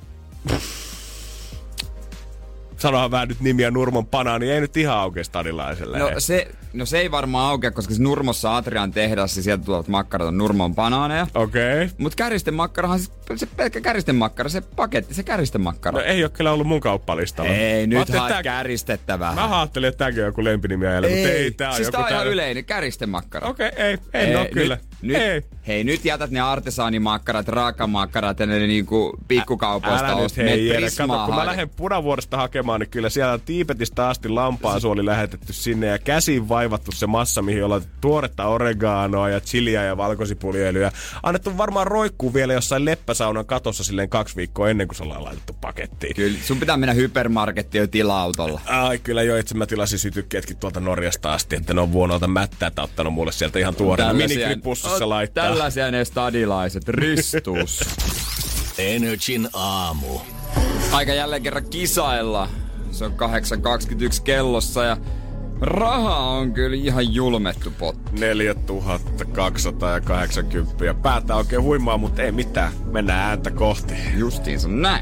Sanohan vähän nyt nimiä Nurmon banaani. Ei nyt ihan aukea stadilaiselle. Se ei varmaan aukea, koska se Nurmossa Atrian tehdas ja sieltä tulevat makkarat on Nurmon banaaneja. Okei. Mut käristemakkarahan se pelkkä käristemakkara, se paketti, se käristemakkara. No ei oo kyllä ollut mun kauppalistalla. Ei, nyt haet käristettävää. Mä ajattelin, että tääkin on joku lempinimi ajalla, mutta ei tää on siis joku tää on ihan yleinen käristemakkara. Okei, ei oo kyllä. Hei, nyt jätät ne artesaanimakkarat, raakamakkarat ja ne niinku pikkukaupoista ostat. Kato, kun mä lähden Punavuoresta hakemaan, niin kyllä siellä on Tiibetistä asti lampaansuoli lähetetty sinne ja käsin vaivattu se massa, mihin ollaan tuoretta oreganoa ja chiliä ja valkosipuliöljyä. Annettu varmaan roikkuu vielä jossain leppäsaunan katossa silleen 2 viikkoa ennen kuin se ollaan laitettu pakettiin. Kyllä, sun pitää mennä hypermarkettiin jo tila-autolla. Ai kyllä jo, itse mä tilasin sytykkeetkin tuolta Norjasta asti, että ne on vuonolta mättäitä ottanut mulle sieltä ihan tuoreena minikripussissa laittaa. Tällaisia ne stadilaiset, ristus. Energin aamu. Aika jälleen kerran kisailla. Se on 8.21 kellossa ja raha on kyllä ihan julmettu potti. 4280 ja päätä oikein huimaa, mutta ei mitään. Mennään ääntä kohti. Justiinsa näin.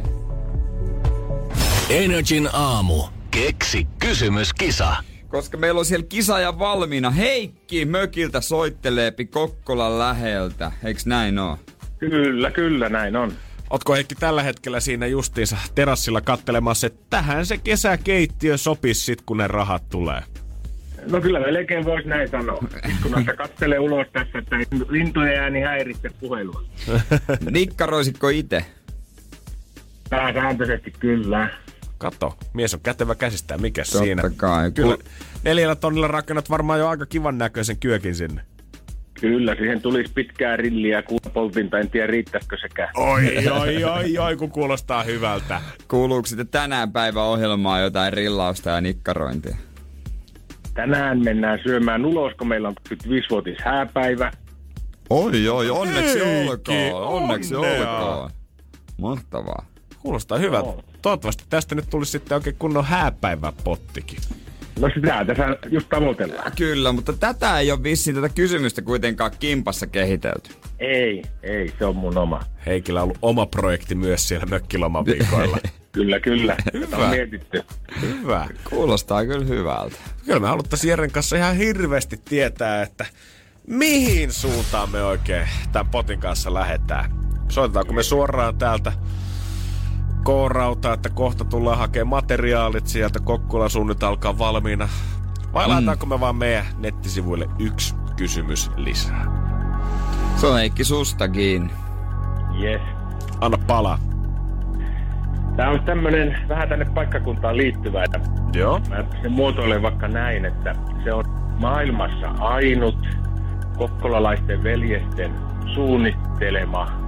Energin aamu. Keksi kysymyskisa. Koska meillä on siellä kisaaja valmiina. Heikki mökiltä soitteleepi Kokkolan läheltä. Eiks näin oo? Kyllä näin on. Ootko Heikki tällä hetkellä siinä justiinsa terassilla kattelemassa, että tähän se kesäkeittiö sopisi sit, kun ne rahat tulee? No kyllä melkein voisi näin sanoa. Ikkunasta katselee ulos tässä, että lintujen ääni häiritse puhelua. Nikkaroisitko ite? Pääsääntöisesti kyllä. Kato, mies on kätevä käsistään, mikäs totta siinä? Kai. Kyllä 4 tonnilla rakennat varmaan jo aika kivan näköisen kyökin sinne. Kyllä, siihen tulisi pitkää rilliä ja kuulapoltinta, en tiedä riittäisikö sekään. Oi, kun kuulostaa hyvältä. Kuuluuko sitten tänään päivän ohjelmaa jotain rillausta ja nikkarointia? Tänään mennään syömään ulos, kun meillä on 25-vuotis hääpäivä. Oi, onneksi olkoon. Mahtavaa. Kuulostaa hyvältä. Toivottavasti tästä nyt tulisi sitten oikein kunnon hääpäiväpottikin. No sitä tässä just tavoitellaan. Kyllä, mutta tätä ei ole vissiin tätä kysymystä kuitenkaan kimpassa kehitelty. Ei, se on mun oma. Heikillä on ollut oma projekti myös siellä mökkilomaviikoilla. Kyllä. Hyvä. On mietitty. Hyvä. Kuulostaa kyllä hyvältä. Kyllä me haluttaisiin Jeren kanssa ihan hirveästi tietää, että mihin suuntaan me oikein tämän potin kanssa lähdetään. Soitetaanko me suoraan täältä K-rautaa, että kohta tullaan hakemaan materiaalit sieltä, Kokkolan suunnit alkaa valmiina. Vai laitaanko me vaan meidän nettisivuille 1 kysymys lisää? Se on Heikki sustakin. Yes. Anna palaa. Tää on tämmönen vähän tänne paikkakuntaan liittyvä. Joo. Mä sen muotoilen vaikka näin, että se on maailmassa ainut kokkolalaisten veljesten suunnittelema,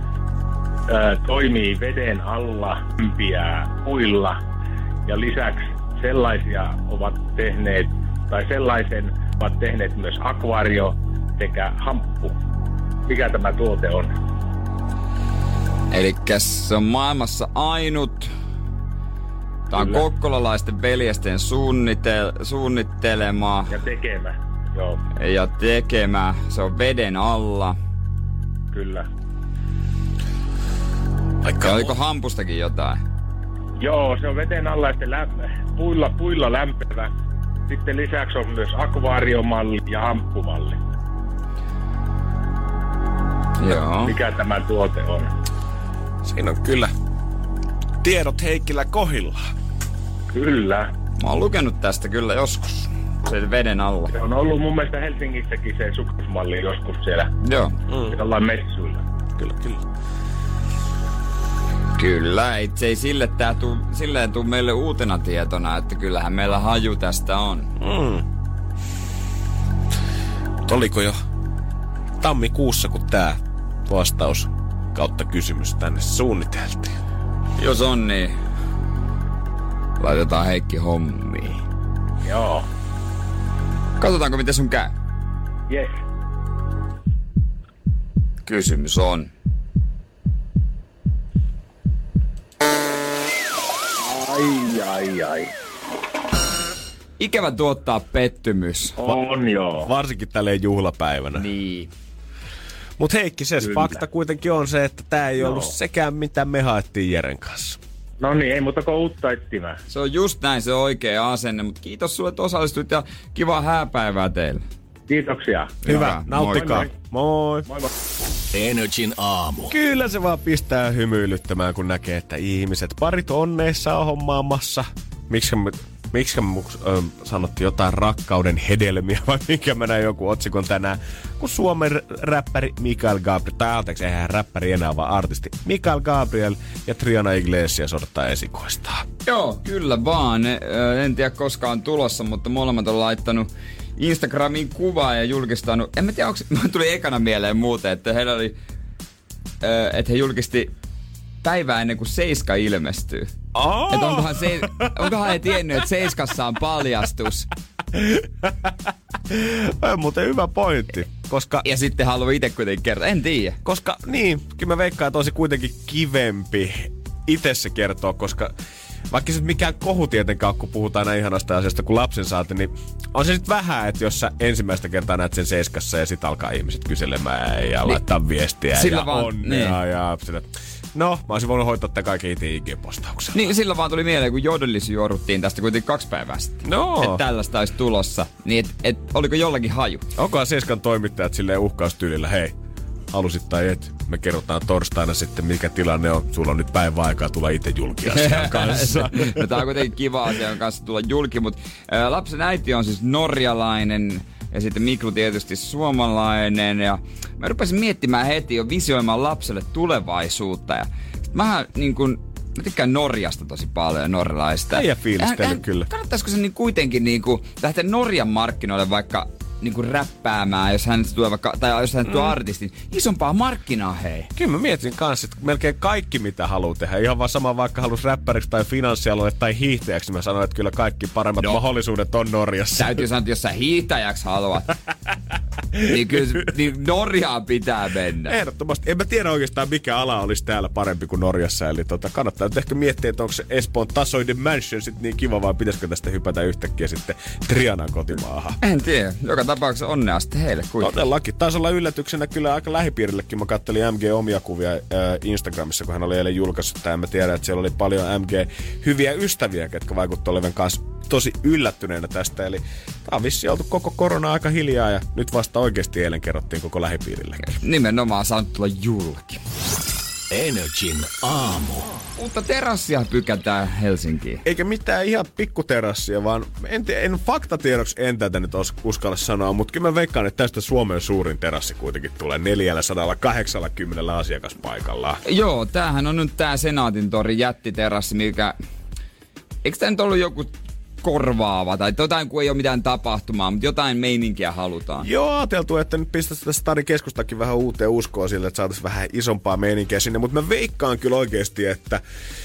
toimii veden alla, ympiää puilla ja lisäksi sellaisia ovat tehneet, tai sellaisen ovat tehneet myös akvaario sekä hamppu. Mikä tämä tuote on? Elikkä se on maailmassa ainut. Tää on Kyllä. kokkolalaisten veljesten suunnittelema. Ja tekemä, joo. Ja tekemä. Se on veden alla. Kyllä. Ja oliko hampustakin jotain? Joo, se on veden alla ja sitten puilla lämpevä. Sitten lisäksi on myös akvaariomalli ja hamppumalli. Joo. Mikä tämä tuote on? Siinä on kyllä tiedot Heikkillä kohillaan. Kyllä. Mä oon lukenut tästä kyllä joskus. Se veden alla. Se on ollut mun mielestä Helsingissäkin se sukusmalli joskus siellä. Joo. Jollain messuilla. Kyllä. Kyllä, ei silleen tuu meille uutena tietona, että kyllähän meillä haju tästä on. Oliko jo tammikuussa, kun tää vastaus kautta kysymys tänne suunniteltiin? Jos on, niin laitetaan Heikki hommiin. Joo. Katsotaanko, miten sun käy. Yes. Kysymys on. Ai. Ikävä tuottaa pettymys. On joo. Varsinkin tälleen juhlapäivänä. Niin. Mut Heikki, se Kyllä. fakta kuitenkin on se, että tää ei ollut sekään, mitä me haettiin Jeren kanssa. No niin, ei muuta kuin uutta etsimään. Se on just näin se oikea asenne, mutta kiitos sulle, että osallistuit ja kivaa hääpäivää teille. Kiitoksia. Hyvä, nauttikaa. Moi. Moi. Energin aamu. Kyllä se vaan pistää hymyilyttämään, kun näkee, että ihmiset parit onneissa on hommaamassa. Miksi sanottiin jotain rakkauden hedelmiä vai minkä mä näin joku otsikon tänään, kun Suomen räppäri Mikael Gabriel, tai anteeksi, eihän räppäri enää vaan artisti, Mikael Gabriel ja Triana Iglesias odottaa esikoistaan. Joo, kyllä vaan. En tiedä koskaan on tulossa, mutta molemmat on laittanut Instagramiin kuvaa ja julkistanut. En mä tiedä, tuli ekana mieleen muuten, että heillä oli, että he julkisti päivää ennen kuin Seiska ilmestyy. Oh! Että onkohan he tiennyt, että Seiskassa on paljastus. On muuten hyvä pointti, koska... Ja sitten haluaa itse kuitenkin kertoa. En tiedä. Koska, niin, kyllä mä veikkaan, että olisi kuitenkin kivempi itse se kertoo, koska vaikka se mikään kohu tietenkään, kun puhutaan näin ihanasta asiasta kuin lapsen saati, niin on se sitten vähän, että jos sä ensimmäistä kertaa näet sen Seiskassa ja sit alkaa ihmiset kyselemään ja laittaa viestiä sillä ja vaan, onnea ja sillä, no, mä olisin voinut hoitaa tämän kaiken itse IG-postauksella. Niin, sillä vaan tuli mieleen, kun Jodelissa juoruttiin tästä kuitenkin 2 päivää sitten. No. Että tällaista olisi tulossa. Niin, et oliko jollakin haju? Onkohan Seiskan toimittajat silleen uhkaustyylillä, hei, halusit tai et, me kerrotaan torstaina sitten, mikä tilanne on. Sulla on nyt päivän aikaa tulla itse julki asian kanssa. No, tää on kuitenkin kiva asian kanssa tulla julki, mutta lapsen äiti on siis norjalainen ja sitten Miklu tietysti suomalainen. Ja mä rupesin miettimään heti jo visioimaan lapselle tulevaisuutta. Ja sit mä tykkään Norjasta tosi paljon, norjalaista. Äijä fiilistellyt kyllä. Kannattaisiko se niin kuitenkin lähteä Norjan markkinoille vaikka räppäämään, jos hän tulee vaikka, tai jos hän tulee artistin, isompaa markkinaa, hei. Kyllä mä mietin kanssa, että melkein kaikki mitä haluaa tehdä, ihan vaan sama vaikka halus räppäriksi tai finanssialueelle tai hiihtäjäksi, mä sanoin, että kyllä kaikki paremmat mahdollisuudet on Norjassa. Täytyy sanoa, että jos sä hiihtäjäksi haluat, niin kyllä niin Norjaan pitää mennä. Ehdottomasti. En mä tiedä oikeastaan mikä ala olisi täällä parempi kuin Norjassa, eli kannattaa nyt ehkä miettiä, että onko se Espoon tasoiden mansion sitten niin kiva, vai pitäisikö tästä hypätä yhtäkkiä sitten Trianan kotimaahan. En tiedä. Joka tapauksessa onnea sitten heille kuitenkin. Todellakin. Taisi olla yllätyksenä kyllä aika lähipiirillekin. Mä kattelin MG omia kuvia Instagramissa, kun hän oli eilen julkaissut tämän. Mä tiedän, että siellä oli paljon MG hyviä ystäviä, ketkä vaikuttavat olevan kanssa tosi yllättyneenä tästä. Eli tää on vissiin oltu koko korona aika hiljaa ja nyt vasta oikeasti eilen kerrottiin koko lähipiirillekin. Nimenomaan saanut tulla julki. Energin aamu. Uutta terassia pykätään Helsinkiin. Eikä mitään ihan pikkuterassia, vaan en faktatiedoksi en tätä nyt uskalla sanoa, mutta kyllä mä veikkaan, että tästä Suomen suurin terassi kuitenkin tulee 480 asiakaspaikalla. Joo, tämähän on nyt tää Senaatintorin jättiterassi, mikä... Eikö tää nyt ollut joku korvaava tai jotain, kun ei ole mitään tapahtumaa, mutta jotain meininkiä halutaan. Joo, ajateltu, että nyt pistäisi tästä Stadin keskustakin vähän uuteen uskoon sille, että saataisiin vähän isompaa meininkiä sinne, mutta mä veikkaan kyllä oikeasti, että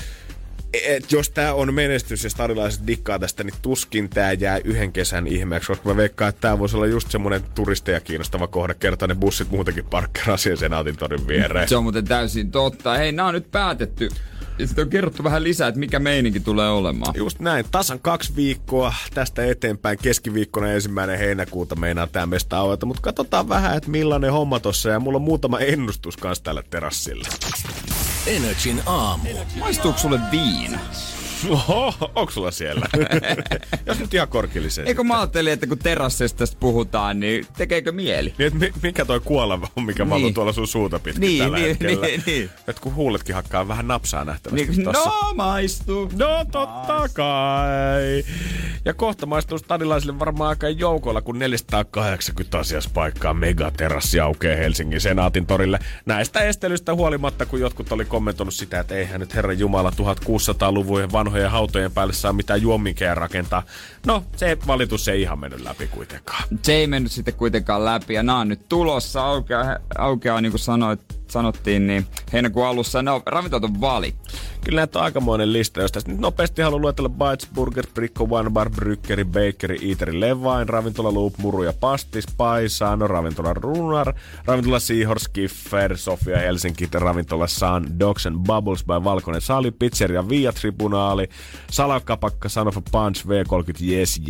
jos tää on menestys ja stadilaiset dikkaa tästä, niin tuskin tää jää yhden kesän ihmeeksi, koska mä veikkaan, että tää voisi olla just semmonen turisteja kiinnostava kohde, kertaa ne bussit muutenkin parkkeraa siihen Senaatintorin viereen. Se on muuten täysin totta. Hei, nää on nyt päätetty. Ja sitten on kerrottu vähän lisää, että mikä meininki tulee olemaan. Just näin. Tasan 2 viikkoa tästä eteenpäin. Keskiviikkona 1. heinäkuuta meinaa tää mesta aueta. Mutta katsotaan vähän, että millainen homma tossa. Ja mulla on muutama ennustus kanssa tällä terassilla. Energin aamu. Maistuuko sulle viina? Oho, onko sulla siellä? Jos nyt ihan korkillisesti. Eikö mä ajattelin, että kun terassista tästä puhutaan, niin tekeekö mieli? Niin, että mikä toi kuoleva on, mikä valuu tuolla sun suuta pitkin tällä hetkellä. Niin. Että kun huuletkin hakkaa vähän napsaa nähtävästi tossa. No maistuu. No totta kai. Ja kohta maistuu stadilaisille varmaan aika joukolla, kun 480 asiaspaikkaa megaterassi aukeaa Helsingin Senaatintorille. Näistä estelyistä huolimatta, kun jotkut oli kommentoinut sitä, että eihän nyt Herran Jumala 1600-luvun vanhojen hautojen päälle saa mitään juominkeja rakentaa. No, se valitus ei ihan mennyt läpi kuitenkaan. Se ei mennyt sitten kuitenkaan läpi, ja nämä on nyt tulossa, aukeaa niin kuin sanottiin, niin heinäkuun alussa ne ravintolat on valittu. Kyllä näitä on aikamoinen lista, josta nyt nopeasti haluan luetella Bites, Burger, Bricko, One Bar, Brykkeri, Bakery, Eatery, Levain, Ravintola Loop, Muru ja Pastis, Paisano, Ravintola Runar, Ravintola Seahorse, Skiffer, Sofia Helsinki, Ravintola Sun, Dogs and Bubbles by Valkoinen Sali, Pizzeria Via Tribunaali, Salakapakka, Son of a Punch, V30,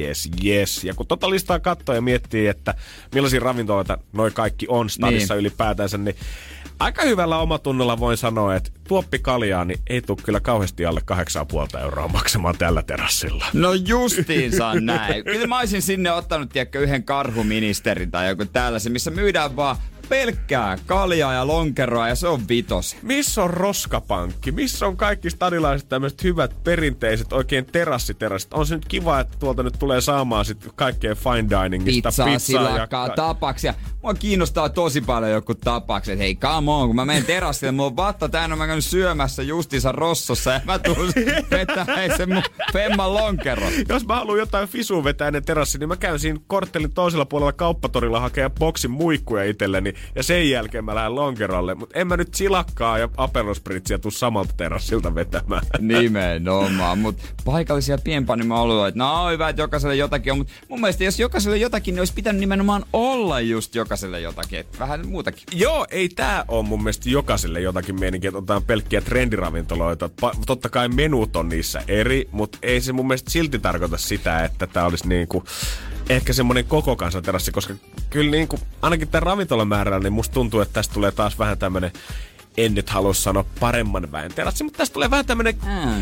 yes. Ja kun tota listaa katsoo ja miettii, että millaisia ravintoloita noi kaikki on stadissa ylipäätänsä, niin aika hyvällä omatunnolla voin sanoa, että tuoppi kaljaa niin ei tule kyllä kauheasti alle 8,5 € maksamaan tällä terassilla. No justiinsa näin. Kyllä mä olisin sinne ottanut, tiedätkö, yhden karhuministerin tai joku tällaisen, missä myydään vaan pelkkää kaljaa ja lonkeroa ja se on vitos. Missä on roskapankki? Missä on kaikki stadilaiset tämmöiset hyvät perinteiset oikein terassiterassit? On se nyt kiva, että tuolta nyt tulee saamaan sit kaikkea fine diningista pizzaa, silakkaa, tapaksia. Mua kiinnostaa tosi paljon joku tapakset. Hei, come on, kun mä menen terassille, mulla on vatta täynnä, mä käyn syömässä justiinsa Rossossa ja mä tuun vetää sen mun femman lonkero. Jos mä haluan jotain fisua vetää ennen terassi, niin mä käyn siinä korttelin toisella puolella kauppatorilla hakea boksin muikkuja itselleni ja sen jälkeen mä lähden lonkerolle. Mut en mä nyt silakkaa ja aperospritsiä tuu samalta terassilta vetämään. Nimenomaan, mut paikallisia pienpanimo-olueita, no hyvä, että jokaiselle jotakin on, mut mun mielestä jos jokaiselle jotakin, niin olisi pitänyt nimenomaan olla just jokaiselle jotakin, että vähän muutakin. Joo, ei tää on mun mielestä jokaiselle jotakin meininkiä, että otetaan pelkkiä trendiravintoloita. Totta kai menut on niissä eri, mutta ei se mun mielestä silti tarkoita sitä, että tää olisi niinku ehkä semmonen koko kansanterassi, koska kyllä niinku ainakin tämän ravintolamäärällä, niin musta tuntuu, että tästä tulee taas vähän tämmönen, en nyt halua sanoa paremman väen terassi, mutta tästä tulee vähän tämmönen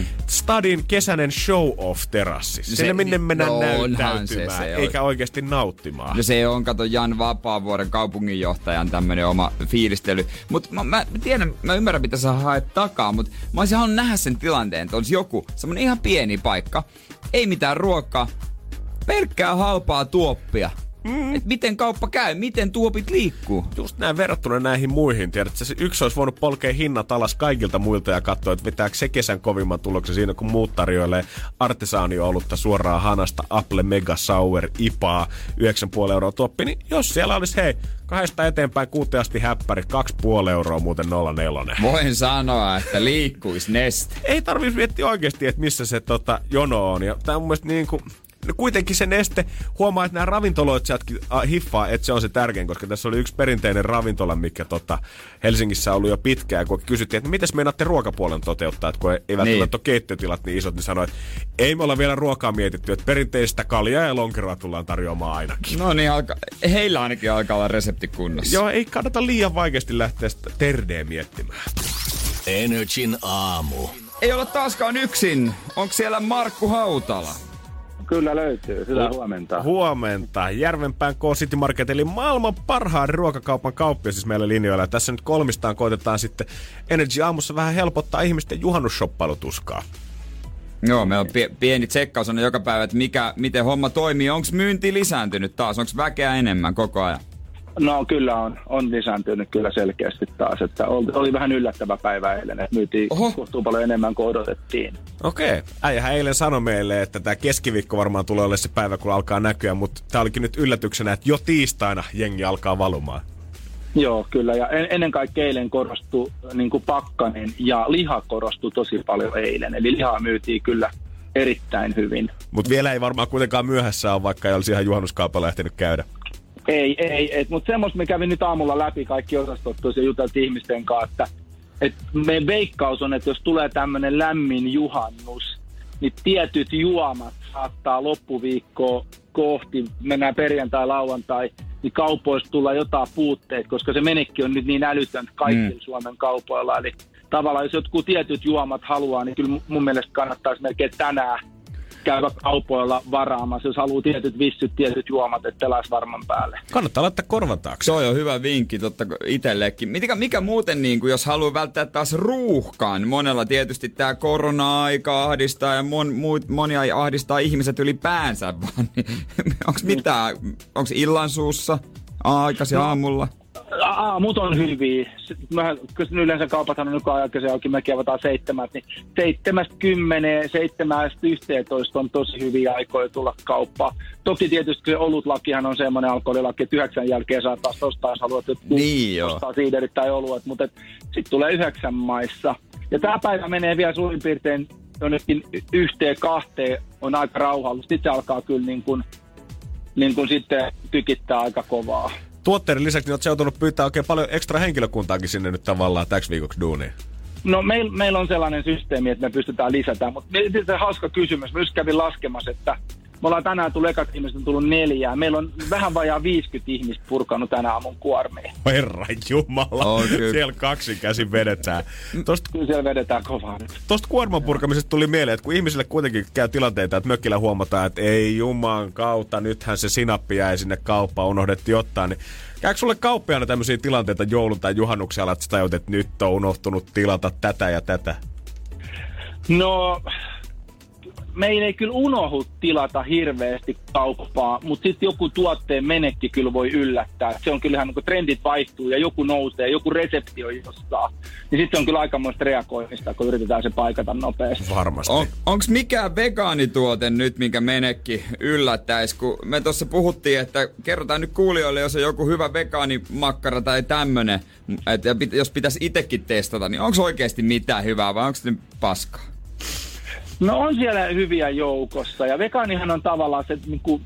stadin kesäinen show-off-terassi. Sinne minne mennään näyttäytymään, eikä oikeasti nauttimaan. No se on, kato, Jan Vapaavuoren kaupunginjohtajan tämmönen oma fiilistely. Mutta mä tiedän, mä ymmärrän, mitä sä haet takaa, mutta mä olisin halunnut nähdä sen tilanteen, että olisi joku semmonen ihan pieni paikka, ei mitään ruokaa, pelkkää halpaa tuoppia. Et miten kauppa käy, miten tuopit liikkuu. Just näin verrattuna näihin muihin. Tiedätkö, se yksi olisi voinut polkea hinnat alas kaikilta muilta ja katsoa, että vetääkö se kesän kovimman tuloksen siinä, kun muut tarjoilee artesaaniolutta suoraan hanasta, Apple Mega Sour, IPAa, 9,5 € tuoppi. Niin jos siellä olisi, hei, 2 eteenpäin 6 asti häppärit, 2,5 € muuten 0,4. Voin sanoa, että liikkuisi Neste. Ei tarvitsisi miettiä oikeasti, että missä se jono on. Ja tää on mun mielestä niin kuin kuitenkin se Neste huomaa, että nämä ravintoloitsijatkin hiffaa, että se on se tärkein, koska tässä oli yksi perinteinen ravintola, mikä Helsingissä on ollut jo pitkään, kun kysyttiin, että mitäs meinaatte ruokapuolen toteuttaa, että kun ei välttämättä ole keittiötilat niin isot, niin sanoi, että ei me olla vielä ruokaa mietitty, että perinteistä kaljaa ja lonkeroa tullaan tarjoamaan ainakin. No niin, heillä ainakin alkaa olla resepti kunnossa. Joo, ei kannata liian vaikeasti lähteä sitä terdeä miettimään. Energin aamu. Ei olla taaskaan yksin. Onko siellä Markku Hautala? Kyllä löytyy. Hyvää huomenta. Huomenta. Järvenpään K-City Market, eli maailman parhaan ruokakaupan kauppia siis meillä linjoilla. Ja tässä nyt kolmistaan koitetaan sitten Energy aamussa vähän helpottaa ihmisten juhannushoppailutuskaa. Joo, meillä on pieni tsekkaus on joka päivä, että miten homma toimii. Onko myynti lisääntynyt taas? Onko väkeä enemmän koko ajan? No kyllä on lisääntynyt kyllä selkeästi taas. Että oli vähän yllättävä päivä eilen, että myytiin kohtuu paljon enemmän kuin odotettiin. Okei. Äijähän eilen sanoi meille, että tämä keskiviikko varmaan tulee olemaan se päivä, kun alkaa näkyä, mutta tämä olikin nyt yllätyksenä, että jo tiistaina jengi alkaa valumaan. Joo, kyllä. Ja ennen kaikkea eilen korostui niin kuin pakkanen ja liha korostui tosi paljon eilen. Eli lihaa myytiin kyllä erittäin hyvin. Mutta vielä ei varmaan kuitenkaan myöhässä ole, vaikka ei olisi ihan juhannuskaupalla lähtenyt käydä. Ei. Mutta semmoista me kävin nyt aamulla läpi kaikki osastot ja juteltiin ihmisten kanssa, että meidän veikkaus on, että jos tulee tämmöinen lämmin juhannus, niin tietyt juomat saattaa loppuviikkoa kohti, mennään perjantai-lauantai, niin kaupoista tulla jotain puutteet, koska se menekki on nyt niin älytön kaikilla Suomen kaupoilla. Eli tavallaan jos jotkut tietyt juomat haluaa, niin kyllä mun mielestä kannattaisi melkein tänään käydä kaupoilla varaamassa, jos haluaa tietyt vissyt, tietyt juomat, että pelaisi varman päälle. Kannattaa laittaa korvan taakse. Se on jo hyvä vinkki totta itsellekin. Mikä muuten, niin kuin, jos haluaa välttää taas ruuhkaan, monella tietysti tämä korona-aika ahdistaa ja monia ahdistaa ihmiset ylipäänsä, vaan niin, onko illansuussa, aikaisin aamulla? Aamut on hyviä. Koska yleensä kaupathan on nykyään aikaisin auki, mekin avataan 7, niin 7:10, 7:11 on tosi hyviä aikoja tulla kauppaan. Toki tietysti se olutlakihan on semmoinen alkoholilaki, että 9 jälkeen saa taas ostaa, jos haluat ostaa siiderit tai oluet, mutta sitten tulee 9 maissa. Ja tämä päivä menee vielä suurin piirtein jonnekin 1-2 on aika rauhallista. Sitten se alkaa kyllä niin kuin sitten tykittää aika kovaa. Tuotteiden lisäksi niin olet joutunut pyytää oikein paljon ekstra henkilökuntaakin sinne nyt tavallaan täksi viikoksi duuniin. No meillä on sellainen systeemi, että me pystytään lisätään, mutta se hauska kysymys. Mä just kävin laskemassa, että me ollaan tänään tullut ekat ihmiset on tullut 4. Meillä on vähän vajaa 50 ihmistä purkanut tänä aamun kuormiin. Herran jumala, siellä 2 käsin vedetään. Kyllä siellä vedetään kovaa nyt. Tuosta kuorman purkamisesta tuli mieleen, että kun ihmisille kuitenkin käy tilanteita, että mökillä huomataan, että ei juman kautta, nythän se sinappi jäi sinne kauppaan, unohdettiin ottaa, niin käykö sulle kauppiaana tämmöisiä tilanteita joulun tai juhannuksella, että sä tajut, että nyt on unohtunut tilata tätä ja tätä? No, meillä ei kyllä unohdu tilata hirveästi kauppaa, mutta sitten joku tuotteen menekki kyllä voi yllättää. Se on kyllähän, kun trendit vaihtuu ja joku nousee, joku resepti on jossain, niin sitten on kyllä aikamoista reagoimista, kun yritetään se paikata nopeasti. Varmasti. Onko mikään vegaanituote nyt, minkä menekki yllättäisi? Kun me tuossa puhuttiin, että kerrotaan nyt kuulijoille, jos on joku hyvä vegaanimakkara tai tämmönen, että jos pitäisi itsekin testata, niin onko oikeasti mitään hyvää vai onko se paskaa? No on siellä hyviä joukossa ja vegaanihan on tavallaan se,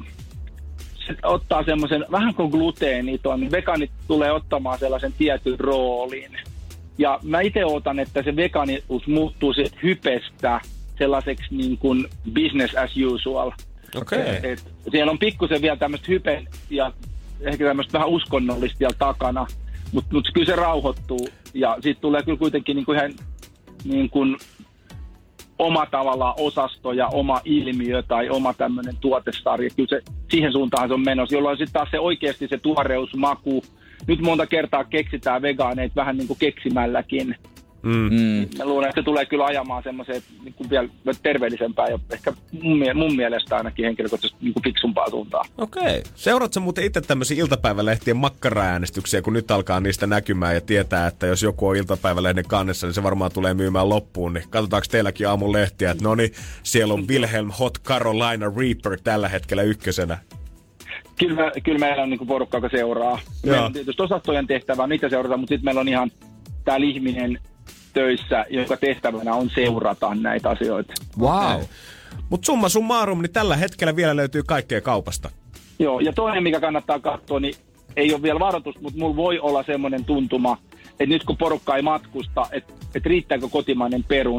se ottaa semmoisen, vähän kuin gluteenit on, vegaanit tulee ottamaan sellaisen tietyn roolin. Ja mä itse ootan, että se vegaanius muuttuu se hypestä sellaiseksi niin kuin business as usual. Okei. Siellä on pikkusen vielä tämmöistä hypen ja ehkä tämmöistä vähän uskonnollista vielä takana, mutta kyllä se rauhoittuu ja siitä tulee kyllä kuitenkin niin kuin ihan niin kuin oma tavallaan osasto ja oma ilmiö tai oma tämmöinen tuotesarja. Kyllä se, siihen suuntaan se on menossa, jolloin sitten taas se oikeasti se tuoreus, maku. Nyt monta kertaa keksitään vegaaneita vähän niin kuin keksimälläkin. Mä luulen, että se tulee kyllä ajamaan semmoiseen niin kuin vielä terveellisempää ja ehkä mun mielestä ainakin henkilökohtaisesti niin kuin fiksumpaa suuntaan. Okei. Seuraatko muuten itse tämmöisiä iltapäivälehtien makkaraäänestyksiä, kun nyt alkaa niistä näkymään ja tietää, että jos joku on iltapäivälehden kannessa, niin se varmaan tulee myymään loppuun. Niin katsotaanko teilläkin aamun lehtiä, että no niin, siellä on Wilhelm Hot Carolina Reaper tällä hetkellä ykkösenä. Kyllä meillä on niin porukka, joka seuraa. Meillä on tietysti osastojen tehtävää, niitä seurataan, mutta sitten meillä on ihan täällä ihminen töissä, jonka tehtävänä on seurata näitä asioita. Wow. Mutta summa summarum, niin tällä hetkellä vielä löytyy kaikkea kaupasta. Joo, ja toinen, mikä kannattaa katsoa, niin ei ole vielä varoitus, mutta mulla voi olla semmoinen tuntuma, että nyt kun porukka ei matkusta, että riittääkö kotimainen peruna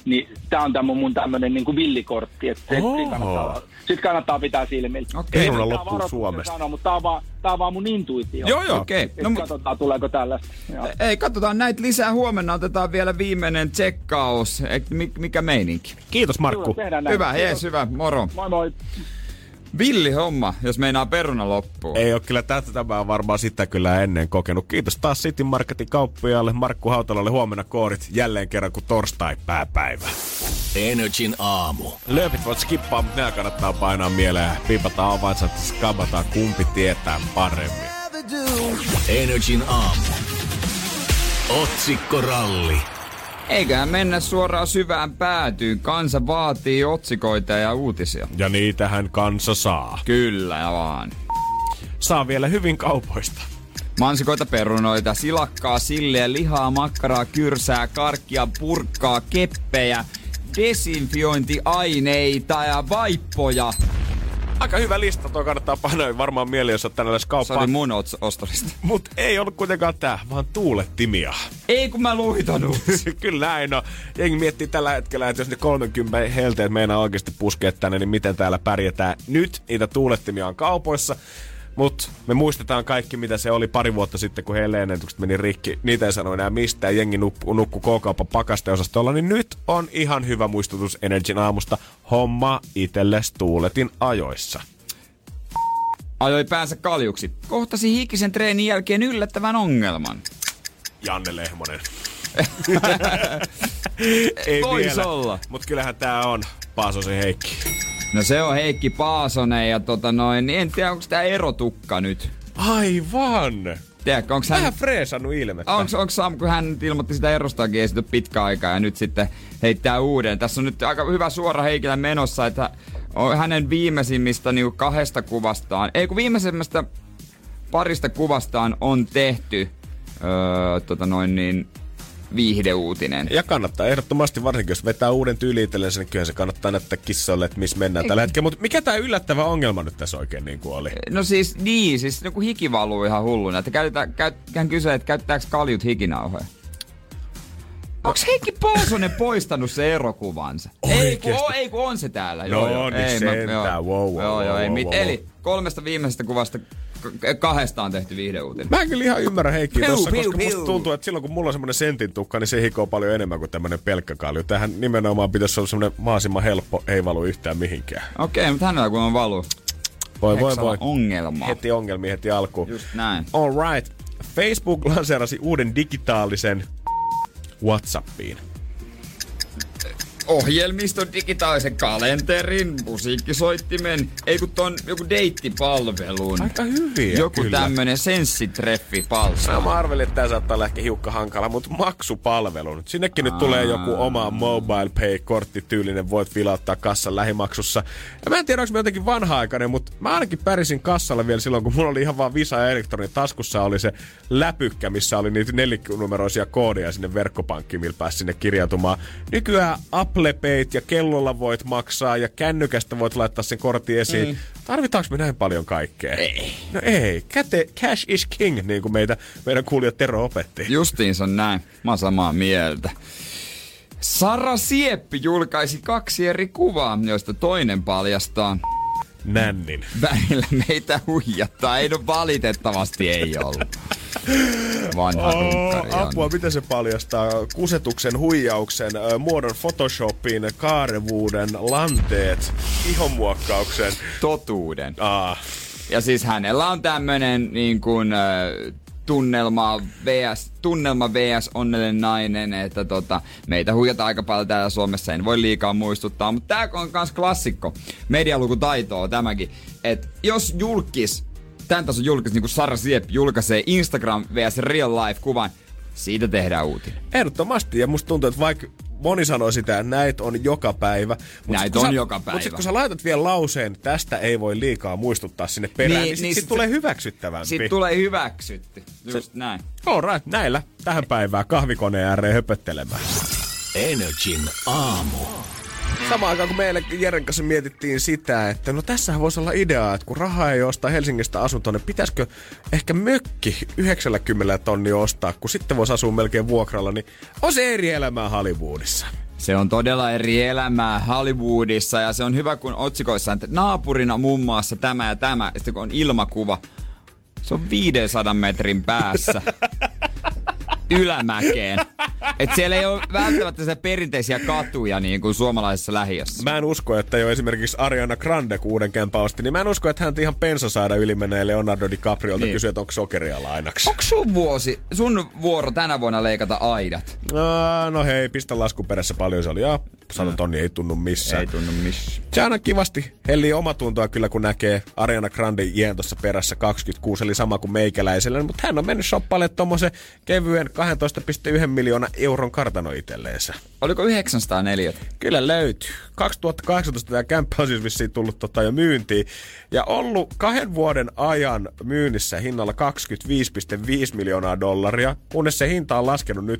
Niin tää on mun tämmönen niinku villikortti, että sit kannattaa pitää silmillä. Okei, peruna loppuu Suomesta. Sanoa, mutta tää on vaan mun intuitio. Joo, okei. No, katsotaan, tuleeko tällaista. Ei, katsotaan näitä lisää. Huomenna otetaan vielä viimeinen tsekkaus. Mikä meininki? Kiitos Markku. Hyvä, jees, hyvä. Moro. Moi moi. Villi homma, jos meinaa peruna loppuu. Ei ole kyllä tämä on varmaan sitä kyllä ennen kokenut. Kiitos taas City Marketin kauppiaalle Markku Hautalalle. Huomenna koodit jälleen kerran kuin torstai pääpäivä. Energin aamu. Lööpit voit skippaa, mutta nää kannattaa painaa mieleen. Piipataan avainsa, skabataan kumpi tietää paremmin. Energin aamu. Otsikkoralli. Eiköhän mennä suoraan syvään päätyyn. Kansa vaatii otsikoita ja uutisia. Ja niitähän kansa saa. Kyllä vaan. Saa vielä hyvin kaupoista. Mansikoita, perunoita, silakkaa, silleä, lihaa, makkaraa, kyrsää, karkkia, purkkaa, keppejä, desinfiointiaineita ja vaippoja. Aika hyvä lista, toi kannattaa painaa varmaan mieli, jos oot tänne kauppaan. Se oli mun ostolista. Mut ei ollut kuitenkaan tää, vaan tuulettimia. Ei kun mä luitanut. Kyllä näin on. Jengi miettii tällä hetkellä, että jos ne 30 helteet meinaa oikeasti puskea tänne, niin miten täällä pärjätään. Nyt niitä tuulettimia on kaupoissa. Mut me muistetaan kaikki, mitä se oli pari vuotta sitten, kun heille ennätykset meni rikki. Niitä ei sano enää mistään. Jengi nukku K-kaupan pakasteosastolla. Niin nyt on ihan hyvä muistutus Energin aamusta. Homma itelles tuuletin ajoissa. Ajoi päänsä kaljuksi. Kohtasi hikisen treenin jälkeen yllättävän ongelman. Janne Lehmonen. Ei vois vielä. olla. Mut kyllähän tää on Paasosen Heikki. No se on Heikki Paasonen ja niin en tiedä onko tää erotukka nyt. Aivan! Tiedätkö, onks hän... Vähän freesannut ilmettä. Onks Sam, kun hän nyt ilmoitti sitä erostakin ei siitä pitkä aikaa ja nyt sitten heittää uuden. Tässä on nyt aika hyvä suora Heikillä menossa, että hänen viimeisimmistä niinku 2 kuvastaan, ei kun viimeisimmästä parista kuvastaan on tehty viihdeuutinen. Ja kannattaa ehdottomasti, varsinkin jos vetää uuden tyyli itsellensä, niin kyllä se kannattaa näyttää kissoille, että missä mennään tällä hetkellä. Mutta mikä tää yllättävä ongelma nyt tässä oikein niin kuin oli? No siis joku hiki valuu ihan hulluna. Hän kysyy, että käyttääkö kaljut hikinauhoja? Onks Heikki Paasonen poistanut se erokuvansa? Ei kun on se täällä. No niin sentään, wow. Eli 3 viimeisestä kuvasta 2 on tehty viihdeuutinen. Mä en kyllä ihan ymmärrä Heikkiä tossa, koska musta tuntuu, että silloin kun mulla on semmonen sentin tukka, niin se hikoo paljon enemmän kuin tämmönen pelkkä kalju. Tähän nimenomaan pitäisi olla semmonen mahdollisimman helppo, ei valu yhtään mihinkään. Okei, mutta hänellä kun on valu. Voi. Ongelma. Heti ongelmia heti alkuun. Just näin. All right. Facebook lanseerasi uuden digitaalisen WhatsAppiin. Ohjelmiston, digitaalisen kalenterin, musiikkisoittimen, ei kun ton joku deittipalvelun. Aika hyviä joku kyllä. Tämmönen senssitreffipalvelu. Mä arvelin, että tää saattaa olla ehkä hiukka hankala, mutta maksupalvelu. Sinnekin nyt tulee joku oma mobile pay-kortti tyylinen, voit vilauttaa kassan lähimaksussa. Ja mä en tiedä, onko mä jotenkin vanha-aikainen, mutta mä ainakin pärisin kassalla vielä silloin, kun mulla oli ihan vaan Visa ja Elektronin taskussa oli se läpykkä, missä oli niitä 4-numeroisia koodeja sinne verkkopankkiin, millä pääsi sinne kirjautumaan. Nykyään Apple Payt ja kellolla voit maksaa ja kännykästä voit laittaa sen kortin esiin. Tarvitaanko me näin paljon kaikkea? Ei. No ei. Cash is king, niin kuin meidän kuulija Tero opetti. Justiinsa näin. Mä oon samaa mieltä. Sara Sieppi julkaisi 2 eri kuvaa, joista toinen paljastaa nännin. Välillä meitä huijattaa. Ei no valitettavasti ei ollut. Vanha runkkari on. Apua, mitä se paljastaa? Kusetuksen, huijauksen, muodon Photoshopin, kaarevuuden, lanteet, ihonmuokkauksen. Totuuden. Ja siis hänellä on tämmönen niin kuin tunnelma vs onnellinen nainen, että meitä huijataan aika paljon täällä Suomessa, en voi liikaa muistuttaa, mutta tää on kans klassikko. Medialukutaitoa tämäkin, että jos tämän tason julkis, niin kuin Sara Sieppi julkaisee Instagram vs real life kuvan, siitä tehdään uutinen. Ehdottomasti, ja musta tuntuu, että vaikka moni sanoo sitä, että näitä on joka päivä. Näitä on joka päivä. Mutta sitten kun sä laitat vielä lauseen, tästä ei voi liikaa muistuttaa sinne perään, niin sit tulee hyväksyttävämpi. Sitten tulee hyväksytty. Just näin. All right, näillä tähän päivään kahvikoneen ääreen höpöttelemään. Energin aamu. Samaan aikaan kun meille Jeren kanssa mietittiin sitä, että no tässähän voisi olla idea, että kun rahaa ei ostaa Helsingistä asuntoon, niin pitäisikö ehkä mökki 90 tonnia ostaa, kun sitten voisi asua melkein vuokralla, niin on se eri elämää Hollywoodissa. Se on todella eri elämää Hollywoodissa ja se on hyvä, kun otsikoissa on, että naapurina muun muassa tämä ja tämä. Ja sitten kun on ilmakuva, se on 500 metrin päässä ylämäkeen. Et siellä ei ole välttämättä se perinteisiä katuja niin kuin suomalaisessa lähiössä. Mä en usko, että jo esimerkiksi Ariana Grande, kun uuden kämpä osti, niin mä en usko, että hän ihan pensa saada yli menee Leonardo DiCapriolta kysyä, että onko sokeria lainaksi. Onko sun vuoro tänä vuonna leikata aidat? No hei, pistä laskun perässä paljon se oli. Ja 100 tonnia ei tunnu missään. Ei tunnu missään. Se aina kivasti hellii omatuntoa kyllä, kun näkee Ariana Grande jien tuossa perässä 26, eli sama kuin meikäläisellä. Mutta hän on mennyt shoppailemaan tommosen kevyen 12,1 miljoonaa euron kartano itselleensä. Oliko 904? Kyllä löytyy. 2018 tämä kämppä on siis vissiin tullut jo myyntiin. Ja ollut 2 vuoden ajan myynnissä hinnalla $25,5 miljoonaa, kunnes se hinta on laskenut nyt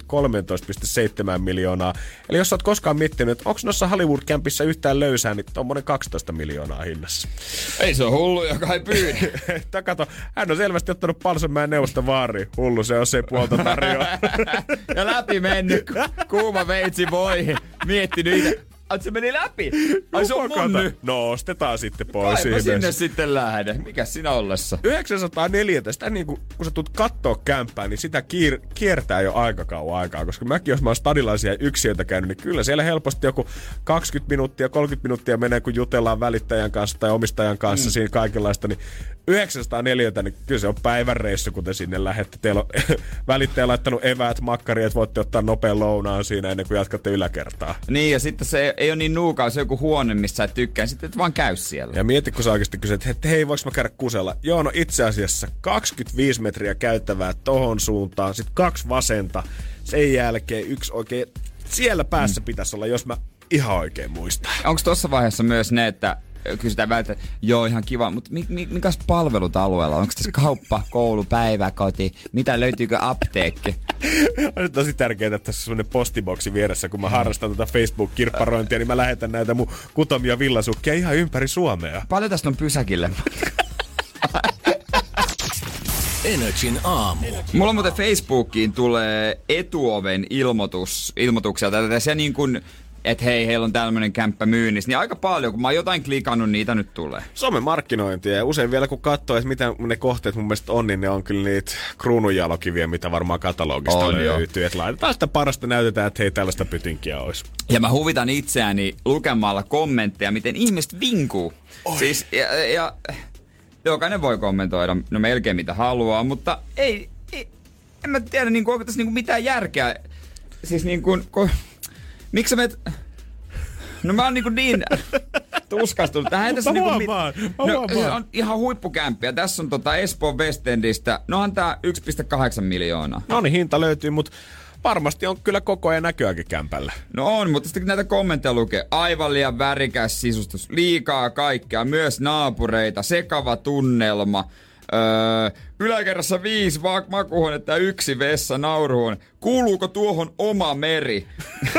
13,7 miljoonaa. Eli jos oot koskaan miettinyt, että onko noissa Hollywood-kämpissä yhtään löysää, niin tommonen 12 miljoonaa hinnassa. Ei se ole hullu, joka ei pyydä. Kato, hän on selvästi ottanut Palsanmäen neuvosta vaariin. Hullu se on, se puolta tarjoaa. Ja läpi mennyt kuuma veitsi voihin. Miettinyt itse. Se meni läpi. Ai se on mun nyt. No ostetaan sitten pois. Kai mä sinne sitten lähden. Mikäs sinä ollessa? 904, sitä niin kun sä tulet kattoo kämppää, niin sitä kiertää jo aika kauan aikaa. Koska mäkin, jos mä oon stadilaisia yksiöitä käynyt, niin kyllä siellä helposti joku 20 minuuttia, 30 minuuttia menee, kun jutellaan välittäjän kanssa tai omistajan kanssa siinä kaikenlaista. Niin 904, niin kyllä se on päivän reissu, kun te sinne lähdette. Teillä on välittäjä laittanut eväät, makkaria, että voitte ottaa nopean lounaan siinä ennen kuin jatkatte yläkertaa. Niin, ja sitten se ei ole niin nuukaa, se on joku huone, missä sä et tykkää, sitten et vaan käy siellä. Ja mieti, kun sä oikeasti kysyt, että hei, voiko mä käydä kusella? Joo, no itse asiassa 25 metriä käyttävää tohon suuntaan, sitten 2 vasenta, sen jälkeen 1 oikein, siellä päässä pitäisi olla, jos mä ihan oikein muistan. Onko tuossa vaiheessa myös ne, että kysytään välillä, että joo, ihan kiva, mutta mikäs palvelut alueella? Onko tässä kauppa, koulu, päiväkoti? Mitä löytyykö apteekki? On tosi tärkeää, että tässä on semmoinen postiboksi vieressä, kun mä harrastan tätä Facebook-kirpparointia, niin mä lähetän näitä mun kutomia villasukkia ihan ympäri Suomea. Paljon tästä on pysäkille? Energin aamu. Mulla muuten Facebookiin tulee etuoven ilmoituksia. Tässä niin kuin että hei, heillä on tämmönen kämppä myynnissä, niin aika paljon, kun mä oon jotain klikannut, niitä nyt tulee. Somemarkkinointia, ja usein vielä kun katsoo, että mitä ne kohteet mun mielestä on, niin ne on kyllä niitä kruununjalokiviä, mitä varmaan katalogista on, löytyy. Että laitetaan sitä parasta, näytetään, että hei, tällaista pytinkiä olisi. Ja mä huvitan itseäni lukemalla kommentteja, miten ihmiset vinkuu. Siis, ja jokainen voi kommentoida, no melkein mitä haluaa, mutta ei en mä tiedä, niin onko tässä niin mitään järkeä. Siis niin kuin miksi sä meet... No mä oon niin tuskastunut. Tähän tässä se on ihan huippukämppiä. Tässä on Espoon West Endistä. No on tää 1,8 miljoonaa. No niin, hinta löytyy, mutta varmasti on kyllä koko ajan näköäkin kämpällä. No on, mutta sitten näitä kommentteja lukee. Aivan liian värikäs sisustus. Liikaa kaikkea. Myös naapureita. Sekava tunnelma. Yläkerrassa 5 makuuhuonetta ja 1 vessa nauruhuone. Kuuluuko tuohon oma meri?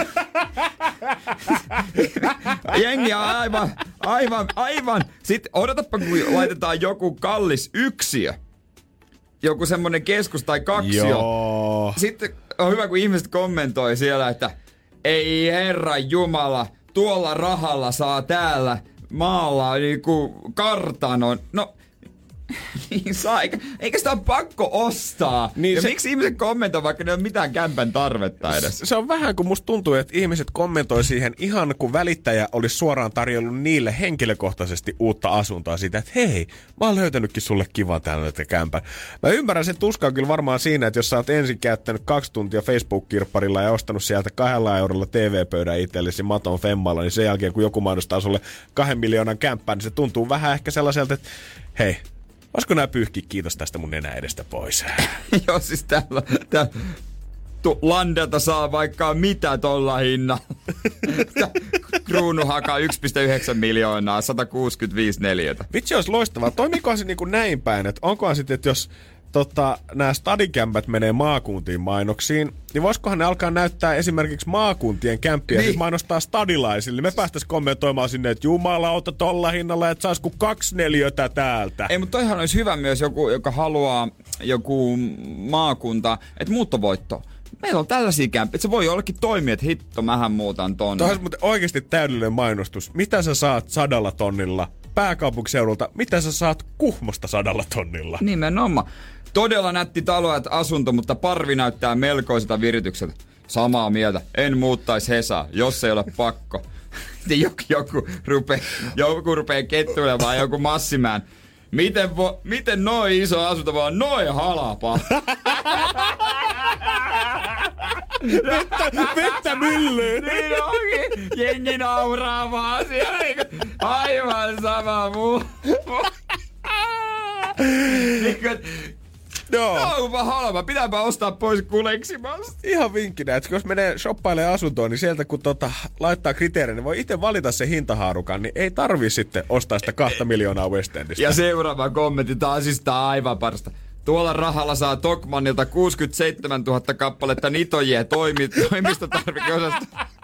Jengi on aivan. Sitten odotapa, kun laitetaan joku kallis yksiö. Joku semmonen keskus tai kaksio. Joo. Sitten on hyvä, kun ihmiset kommentoi siellä, että ei herra jumala, tuolla rahalla saa täällä maalla niinku kartanon. No, niin saa, eikä sitä ole pakko ostaa. Niin ja miksi ihmiset kommentoi, vaikka ne ei ole mitään kämpän tarvetta edes? Se on vähän, kun musta tuntuu, että ihmiset kommentoi siihen ihan kun välittäjä olisi suoraan tarjollut niille henkilökohtaisesti uutta asuntoa siitä, että hei, mä oon löytänytkin sulle kiva tällainen kämpän. Mä ymmärrän sen tuskaa kyllä varmaan siinä, että jos sä oot ensin käyttänyt 2 tuntia Facebook-kirpparilla ja ostanut sieltä 2 eurolla TV-pöydän itsellesi maton femmalla, niin sen jälkeen kun joku mainostaa sulle 2 miljoonan kämppää, niin se tuntuu vähän ehkä sellaiselta, että hei, voisiko nää pyyhkiä kiitos tästä mun nenä edestä pois? Joo, siis täällä Landelta saa vaikka mitä tolla hinnalla. Kruunuhaka 1,9 miljoonaa, 165 neliötä. Vitsi, olisi loistavaa. Toimiikohan se niin kuin näin päin, että onkohan sitten, että jos nämä stadikämpät menee maakuntiin mainoksiin, niin voisikohan ne alkaa näyttää esimerkiksi maakuntien kämppiä, niin. Siis mainostaa stadilaisille. Me päästäisiin kommentoimaan sinne, että jumalauta tolla hinnalla, että saisi kuin 2 neliötä täältä. Ei, mutta toihan olisi hyvä myös joku, joka haluaa joku maakunta, että muuttovoitto. meillä on tällaisia kämpiä, että se voi jollekin toimia, että hitto, mähän muutan tonne. Tämä on oikeasti täydellinen mainostus. Mitä sä saat 100 tonnilla pääkaupunkiseudulta? Mitä sä saat Kuhmosta 100 tonnilla? Nimenomaan. Todella nätti talo ja asunto, mutta parvi näyttää melkoiselta viritykseltä. Samaa mieltä. En muuttaisi Hesaa, jos ei ole pakko. Joku rupee kettuilemaan, joku Massimään. Miten noin iso asunto vaan noin halapa? Vettä myllyyn! Niin onkin. Jengi nauraa vaan siellä. Aivan sama muu. Onpa halpa, pitääpä ostaa pois kuleksimasta. Ihan vinkkinä, että jos menee shoppailemaan asuntoon, niin sieltä kun laittaa kriteerin, niin voi itse valita se hintahaarukan, niin ei tarvii sitten ostaa sitä 2 miljoonaa West Endistä. Ja seuraava kommentti taas siis aivan parasta. Tuolla rahalla saa Tokmannilta 67 000 kappaletta nitojia toimistotarvikeosasta.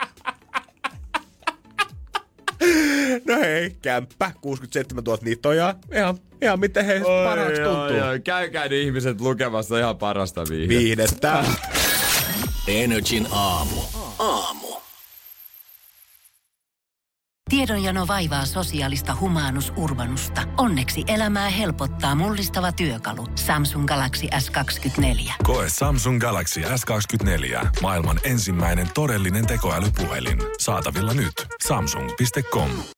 No hei, kämppä, 67 000 nitojaa. Ihan miten he parhaaksi tuntuu. Käykää ne ihmiset lukemassa ihan parasta viihdettä. Energin aamu. Tiedonjano vaivaa sosiaalista humanus urbanusta. Onneksi elämää helpottaa mullistava työkalu. Samsung Galaxy S24. Koe Samsung Galaxy S24. Maailman ensimmäinen todellinen tekoälypuhelin. Saatavilla nyt. Samsung.com.